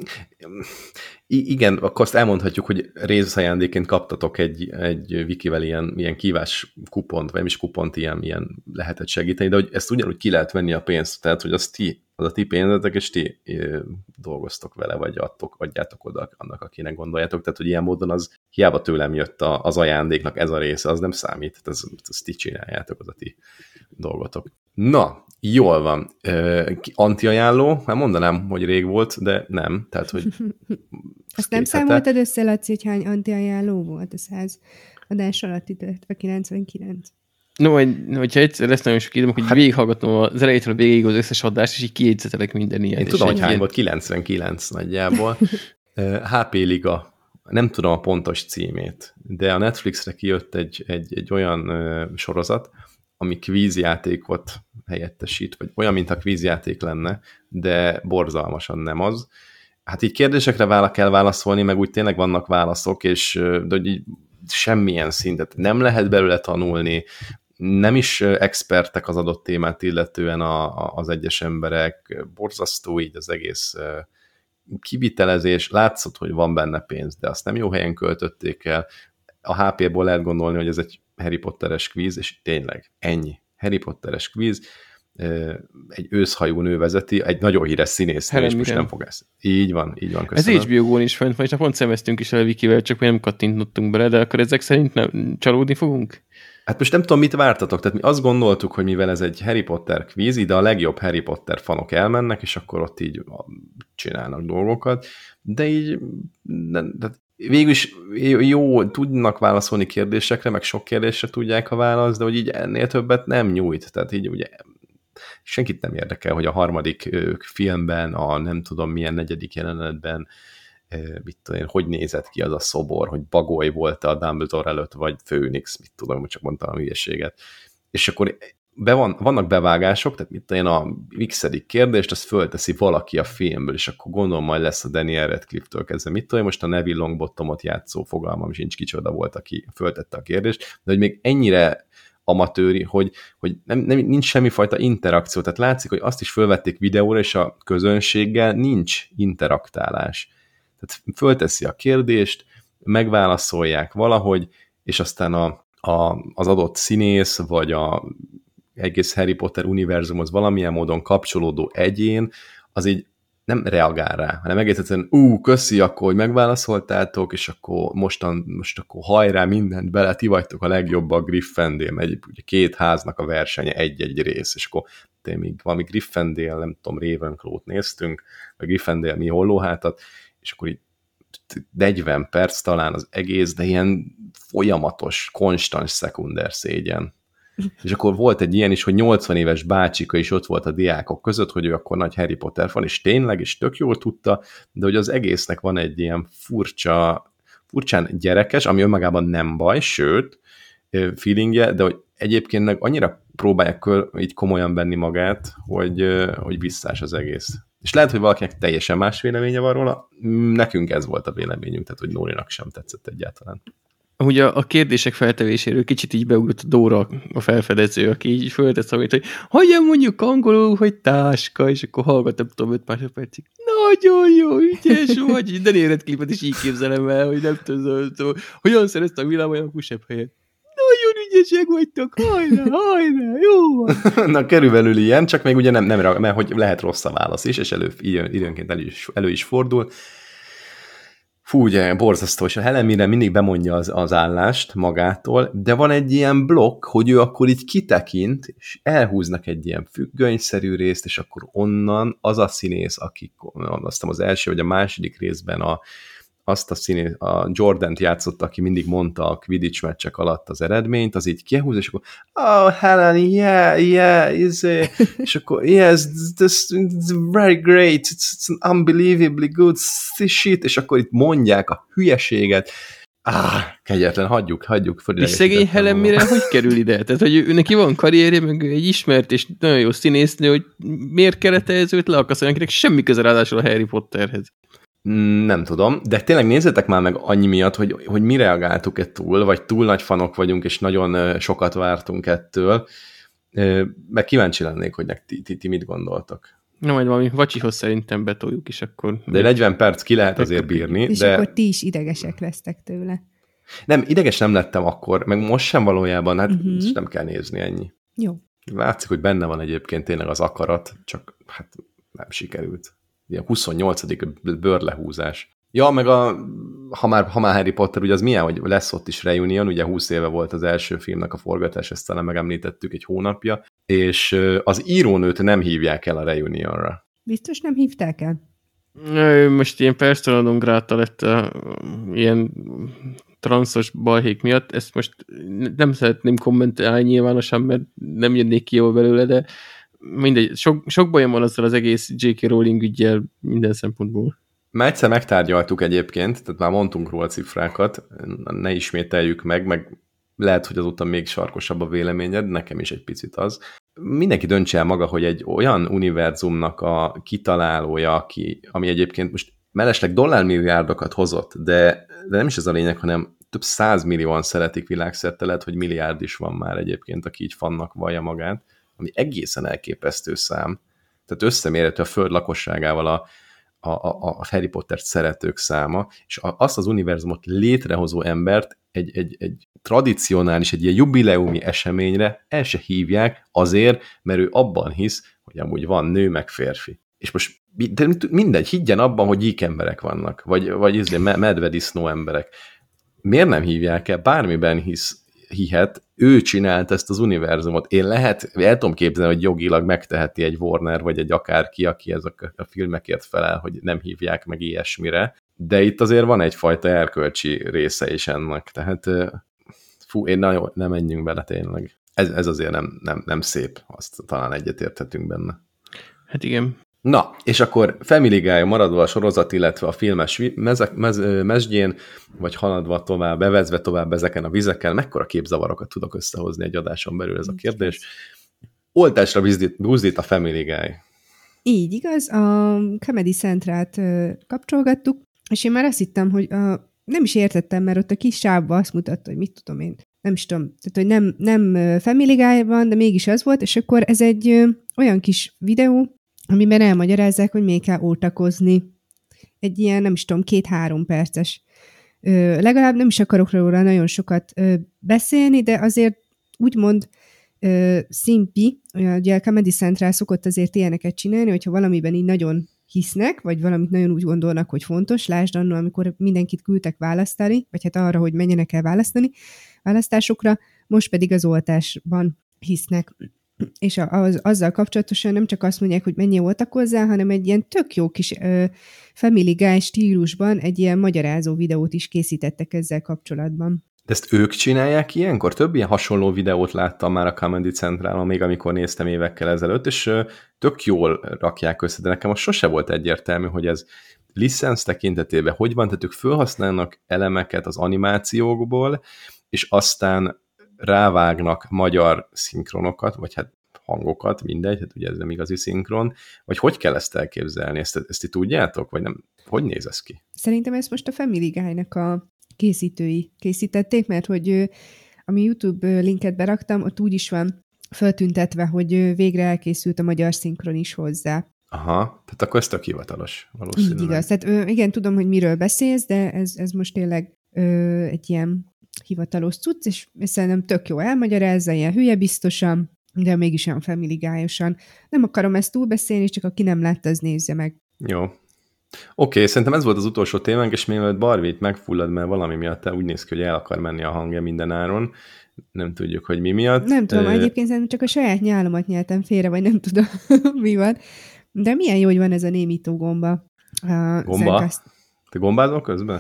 B: igen, akkor azt elmondhatjuk, hogy részajándéként kaptatok egy Wikivel ilyen kívás kupont, vagy nem is kupont, ilyen lehetett segíteni, de hogy ezt ugyanúgy ki lehet venni a pénzt, tehát hogy az a ti pénzetek, és ti dolgoztok vele, vagy adjátok oda annak, akinek gondoljátok, tehát hogy ilyen módon az hiába tőlem jött az ajándéknak ez a része, az nem számít, tehát ezt ti csináljátok, az a ti dolgotok. Na, jól van. Anti-ajánló, már mondanám, hogy rég volt, de nem, tehát hogy...
C: Azt nem számoltad össze, Laci, hogy hány anti-ajánló volt a 100 adás alatt, illetve 99?
D: No, hogyha egyszer lesz nagyon sok időm, hogy végighallgatom az elejétől a végéig az összes adást, és így kiegyzetelek minden ilyen.
B: Én tudom, hogy hány volt, 99 nagyjából. HP Liga, nem tudom a pontos címét, de a Netflixre kijött egy olyan sorozat, ami kvízjátékot helyettesít, vagy olyan, mint a kvízjáték lenne, de borzalmasan nem az. Hát így kérdésekre kell válaszolni, meg úgy tényleg vannak válaszok, és de így semmilyen szintet nem lehet belőle tanulni, nem is expertek az adott témát illetően az egyes emberek, borzasztó így az egész kivitelezés, látszott, hogy van benne pénz, de azt nem jó helyen költötték el. A HP-ból lehet gondolni, hogy ez egy Harry Potteres kvíz, és tényleg ennyi. Harry Potteres kvíz, egy őszhajú nő vezeti, egy nagyon híres színésznő, és most nem fog ezt. Így van, köszönöm.
D: Ez HBO-gón is fent van, és pont szemeztünk is el Wikivel, csak mi nem kattintottunk bele, de akkor ezek szerint csalódni fogunk?
B: Hát most nem tudom, mit vártatok, tehát mi azt gondoltuk, hogy mivel ez egy Harry Potter kvíz, ide a legjobb Harry Potter fanok elmennek, és akkor ott így csinálnak dolgokat, de így végülis jó, tudnak válaszolni kérdésekre, meg sok kérdésre tudják a választ, de hogy így ennél többet nem nyújt, tehát így ugye senkit nem érdekel, hogy a harmadik filmben, a nem tudom milyen negyedik jelenetben mit tudom én, hogy nézett ki az a szobor, hogy bagoly volt a Dumbledore előtt, vagy Főnix, mit tudom, csak mondtam a hülyeséget. És akkor vannak bevágások, tehát mit tudom én, a x-edik kérdést, azt fölteszi valaki a filmből, és akkor gondolom majd lesz a Daniel Radcliffe-től kezdve, mit tudom én, most a Neville Longbottomot játszó fogalmam sincs, kicsoda volt, aki föltette a kérdést, de hogy még ennyire amatőri, hogy nincs semmifajta interakció, tehát látszik, hogy azt is fölvették videóra, és a közönséggel nincs interaktálás. Tehát fölteszi a kérdést, megválaszolják valahogy, és aztán az adott színész, vagy a egész Harry Potter univerzumhoz valamilyen módon kapcsolódó egyén, az így nem reagál rá, hanem egész egyszerűen, köszi, akkor, hogy megválaszoltátok, és akkor most akkor hajrá, mindent bele, ti vagytok a legjobb a Gryffindor, megy ugye 2 háznak a versenye, egy-egy rész, és akkor még valami Gryffindor, nem tudom, Ravenclaw-t néztünk, vagy Gryffindor mi hollóhátat, és akkor így 40 perc talán az egész, de ilyen folyamatos, konstans szekunder szégyen. És akkor volt egy ilyen is, hogy 80 éves bácsika is ott volt a diákok között, hogy ő akkor nagy Harry Potter fan, és tényleg, és tök jól tudta, de hogy az egésznek van egy ilyen furcsán gyerekes, ami önmagában nem baj, sőt, feelingje, de hogy egyébként meg annyira próbálják így komolyan venni magát, hogy visszás az egész. És lehet, hogy valakinek teljesen más véleménye van róla, nekünk ez volt a véleményünk, tehát hogy Nórinak sem tetszett egyáltalán.
D: Amúgy a kérdések feltevéséről kicsit így beugrott a Dóra, a felfedező, aki így föltesz amit, hogy hogyan mondjuk angolul, hogy táska, és akkor hallgat, nem tudom, 5 másodpercig. Nagyon jó, ügyes vagy. Daniel Radcliffe-et is így képzelem el, hogy nem tudom, hogyan szerezte a villámanyagú sebb helyet. Nagyon ügyesek vagytok, hajrá, jó van.
B: Na, körülbelül ilyen, csak még ugye nem mert hogy lehet rossz a válasz is, és időnként elő is fordul. Fú, ugye borzasztó, és a Helen Mirren mindig bemondja az állást magától, de van egy ilyen blokk, hogy ő akkor így kitekint, és elhúznak egy ilyen függönyszerű részt, és akkor onnan az a színész, aki azt hiszem az első vagy a második részben azt a színész, a Jordant játszott, aki mindig mondta a Quidditch meccsek alatt az eredményt, az így kihúz, és akkor Helen, yeah, és akkor yes, it's very great, it's unbelievably good shit, és akkor itt mondják a hülyeséget. Kegyetlen, hagyjuk.
D: És szegény Helen Mirren hogy kerül ide? Tehát, hogy ő neki van karrierje, meg egy ismert és nagyon jó színésznő, hogy miért kellett őt leakaszolni, akinek semmi köze ráadásul a Harry Potterhez.
B: Nem tudom, de tényleg nézzétek már meg annyi miatt, hogy mi reagáltuk túl, vagy túl nagy fanok vagyunk, és nagyon sokat vártunk ettől, meg kíváncsi lennék, hogy ti mit gondoltak.
D: Na, majd valami vacsihoz szerintem betoljuk is akkor.
B: De 40 perc ki lehet azért bírni.
C: És
B: de...
C: akkor ti is idegesek lesztek tőle.
B: Nem, ideges nem lettem akkor, meg most sem valójában, hát nem kell nézni, ennyi.
C: Jó.
B: Látszik, hogy benne van egyébként tényleg az akarat, csak hát nem sikerült. Ilyen 28. bőrlehúzás. Ja, meg ha már Harry Potter, ugye az milyen, hogy lesz ott is reunion, ugye 20 éve volt az első filmnek a forgatás, ezt talán megemlítettük egy hónapja, és az írónőt nem hívják el a reunionra.
C: Biztos nem hívták el?
D: Most ilyen persona non grata lett ilyen transzos balhék miatt, ezt most nem szeretném kommentálni nyilvánosan, mert nem jönnék ki jól belőle, de mindegy, sok bajom van azzal az egész J.K. Rowling üggyel minden szempontból.
B: Már egyszer megtárgyaltuk egyébként, tehát már mondtunk róla cifrákat, ne ismételjük meg lehet, hogy azóta még sarkosabb a véleményed, nekem is egy picit az. Mindenki döntse el maga, hogy egy olyan univerzumnak a kitalálója, ami egyébként most mellesleg dollármilliárdokat hozott, de nem is ez a lényeg, hanem több 100 millióan szeretik világszerte, lehet, hogy milliárd is van már egyébként, aki így fannak vallja magát, ami egészen elképesztő szám. Tehát összemérhető a Föld lakosságával a Harry Pottert szeretők száma, és azt az univerzumot létrehozó embert egy tradicionális, egy ilyen jubileumi eseményre el se hívják azért, mert ő abban hisz, hogy amúgy van nő meg férfi. És most mindegy, higgyen abban, hogy gyík emberek vannak, vagy medvedisznó emberek. Miért nem hívják el? Bármiben hihet, ő csinált ezt az univerzumot. Én el tudom képzelni, hogy jogilag megteheti egy Warner, vagy egy akárki, aki ezek a filmekért felel, hogy nem hívják meg ilyesmire, de itt azért van egyfajta erkölcsi része is ennek, tehát nem menjünk bele tényleg. Ez azért nem szép, azt talán egyetérthetünk benne.
D: Hát igen.
B: Na, és akkor Family Guy maradva a sorozat, illetve a filmes mesdjén, vagy haladva tovább, bevezve tovább ezeken a vizeken, mekkora képzavarokat tudok összehozni egy adáson belül, ez a kérdés. Oltásra buzdít a Family Guy.
C: Így igaz, a Comedy Centralt kapcsolgattuk, és én már azt hittem, hogy nem is értettem, mert ott a kis sávban azt mutatta, hogy mit tudom én, nem is tudom, tehát hogy nem Family Guy van, de mégis az volt, és akkor ez egy olyan kis videó, amiben elmagyarázzák, hogy még kell oltakozni. Egy ilyen, nem is tudom, 2-3 perces. Legalább nem is akarok róla nagyon sokat beszélni, de azért úgymond szimpi, ugye a Comedy Central szokott azért ilyeneket csinálni, hogyha valamiben így nagyon hisznek, vagy valamit nagyon úgy gondolnak, hogy fontos, lásd annól, amikor mindenkit küldtek választani, vagy hát arra, hogy menjenek el választásokra, most pedig az oltásban hisznek. És azzal kapcsolatosan nem csak azt mondják, hogy menjél oltakozzál, hanem egy ilyen tök jó kis Family Guy stílusban egy ilyen magyarázó videót is készítettek ezzel kapcsolatban.
B: De ezt ők csinálják ilyenkor? Több ilyen hasonló videót láttam már a Comedy Centralon, még amikor néztem évekkel ezelőtt, és tök jól rakják össze, de nekem most sose volt egyértelmű, hogy ez licensz tekintetében hogy van, tehát ők felhasználnak elemeket az animációkból, és aztán rávágnak magyar szinkronokat, vagy hát hangokat, mindegy, hát ugye ez nem igazi szinkron, vagy hogy kell ezt elképzelni? Ezt ti tudjátok, vagy nem? Hogy néz ez ki?
C: Szerintem ezt most a Family Guy-nak a készítői készítették, mert hogy ami YouTube linket beraktam, ott úgy is van föltüntetve, hogy végre elkészült a magyar szinkron is hozzá.
B: Aha, tehát akkor ez tök hivatalos valószínűleg.
C: Így igaz, tehát igen, tudom, hogy miről beszélsz, de ez most tényleg egy ilyen hivatalos cucc, és szerintem tök jó elmagyarázza, ilyen hülye biztosan, de mégis olyan Family Guy-osan. Nem akarom ezt túlbeszélni, csak aki nem látta, az nézze meg.
B: Jó. Oké, szerintem ez volt az utolsó témánk, és mielőtt Barbie megfullad, mert valami miatt úgy néz ki, hogy el akar menni a hangja mindenáron. Nem tudjuk, hogy mi miatt.
C: Nem tudom, egyébként szerintem csak a saját nyálomat nyeltem félre, vagy nem tudom, mi van. De milyen jó, hogy van ez a némító gomba.
B: Gomba? Te gombázol közben?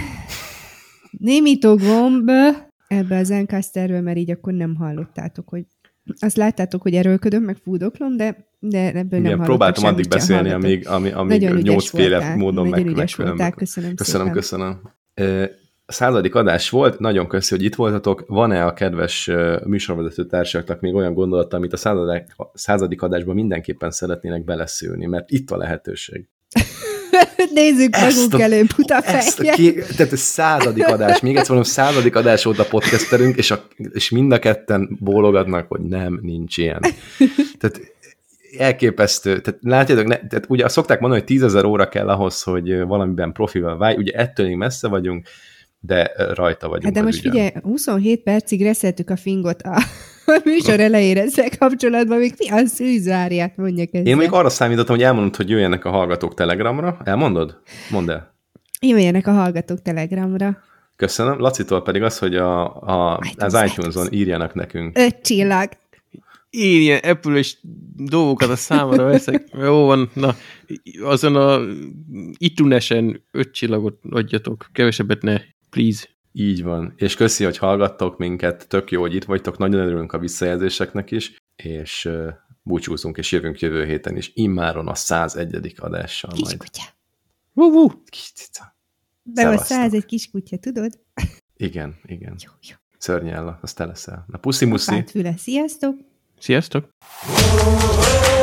C: Némító gomb ebbe a Zencasterről, mert így akkor nem hallottátok, hogy azt láttátok, hogy erőlködöm, meg fúdoklom, de ebből nem hallottak
B: próbáltam
C: semmit,
B: addig beszélni, amíg 8 féle módon
C: megkülönbözök.
B: Köszönöm. A 100. adás volt, nagyon köszi, hogy itt voltatok. Van-e a kedves műsorvezető társaknak még olyan gondolata, amit a 100. adásban mindenképpen szeretnének beleszülni, mert itt a lehetőség.
C: Nézzük magunk elő, buta fejjel.
B: Tehát a 100. adás, még egyszer mondom, 100. adás óta podcasterünk, és mind a ketten bólogatnak, hogy nem, nincs ilyen. Tehát elképesztő. Tehát látjátok, tehát ugye szokták mondani, hogy 10 000 óra kell ahhoz, hogy valamiben profival válj, ugye ettől még messze vagyunk, de rajta vagyunk.
C: Hát de most figyelj, 27 percig reszeltük a fingot a műsor elejére ezzel kapcsolatban, még mi a szűzárját mondjak ezzel.
B: Én még arra számítottam, hogy elmondod, hogy jöjjenek a hallgatók Telegramra. Elmondod? Mondd el.
C: Jöjjenek a hallgatók Telegramra.
B: Köszönöm. Lacitól pedig az, hogy az iTunes-on írjanak nekünk.
C: 5 csillag.
D: Én ilyen Apple-ös dolgokat a számra veszek. Jó van, na, azon a iTunes-en 5 csillagot adjatok. Kevesebbet ne, please.
B: Így van. És köszi, hogy hallgattok minket. Tök jó, hogy itt vagytok. Nagyon örülünk a visszajelzéseknek is. És búcsúzunk, és jövünk jövő héten is. Immáron a 101. adással majd.
C: Kiskutya.
B: Kis cica.
C: De a 101 kiskutya, tudod?
B: Igen.
C: Jó.
B: Szörnyella, azt te leszel. Na puszi-muszi.
C: Füle, sziasztok!
D: Sziasztok!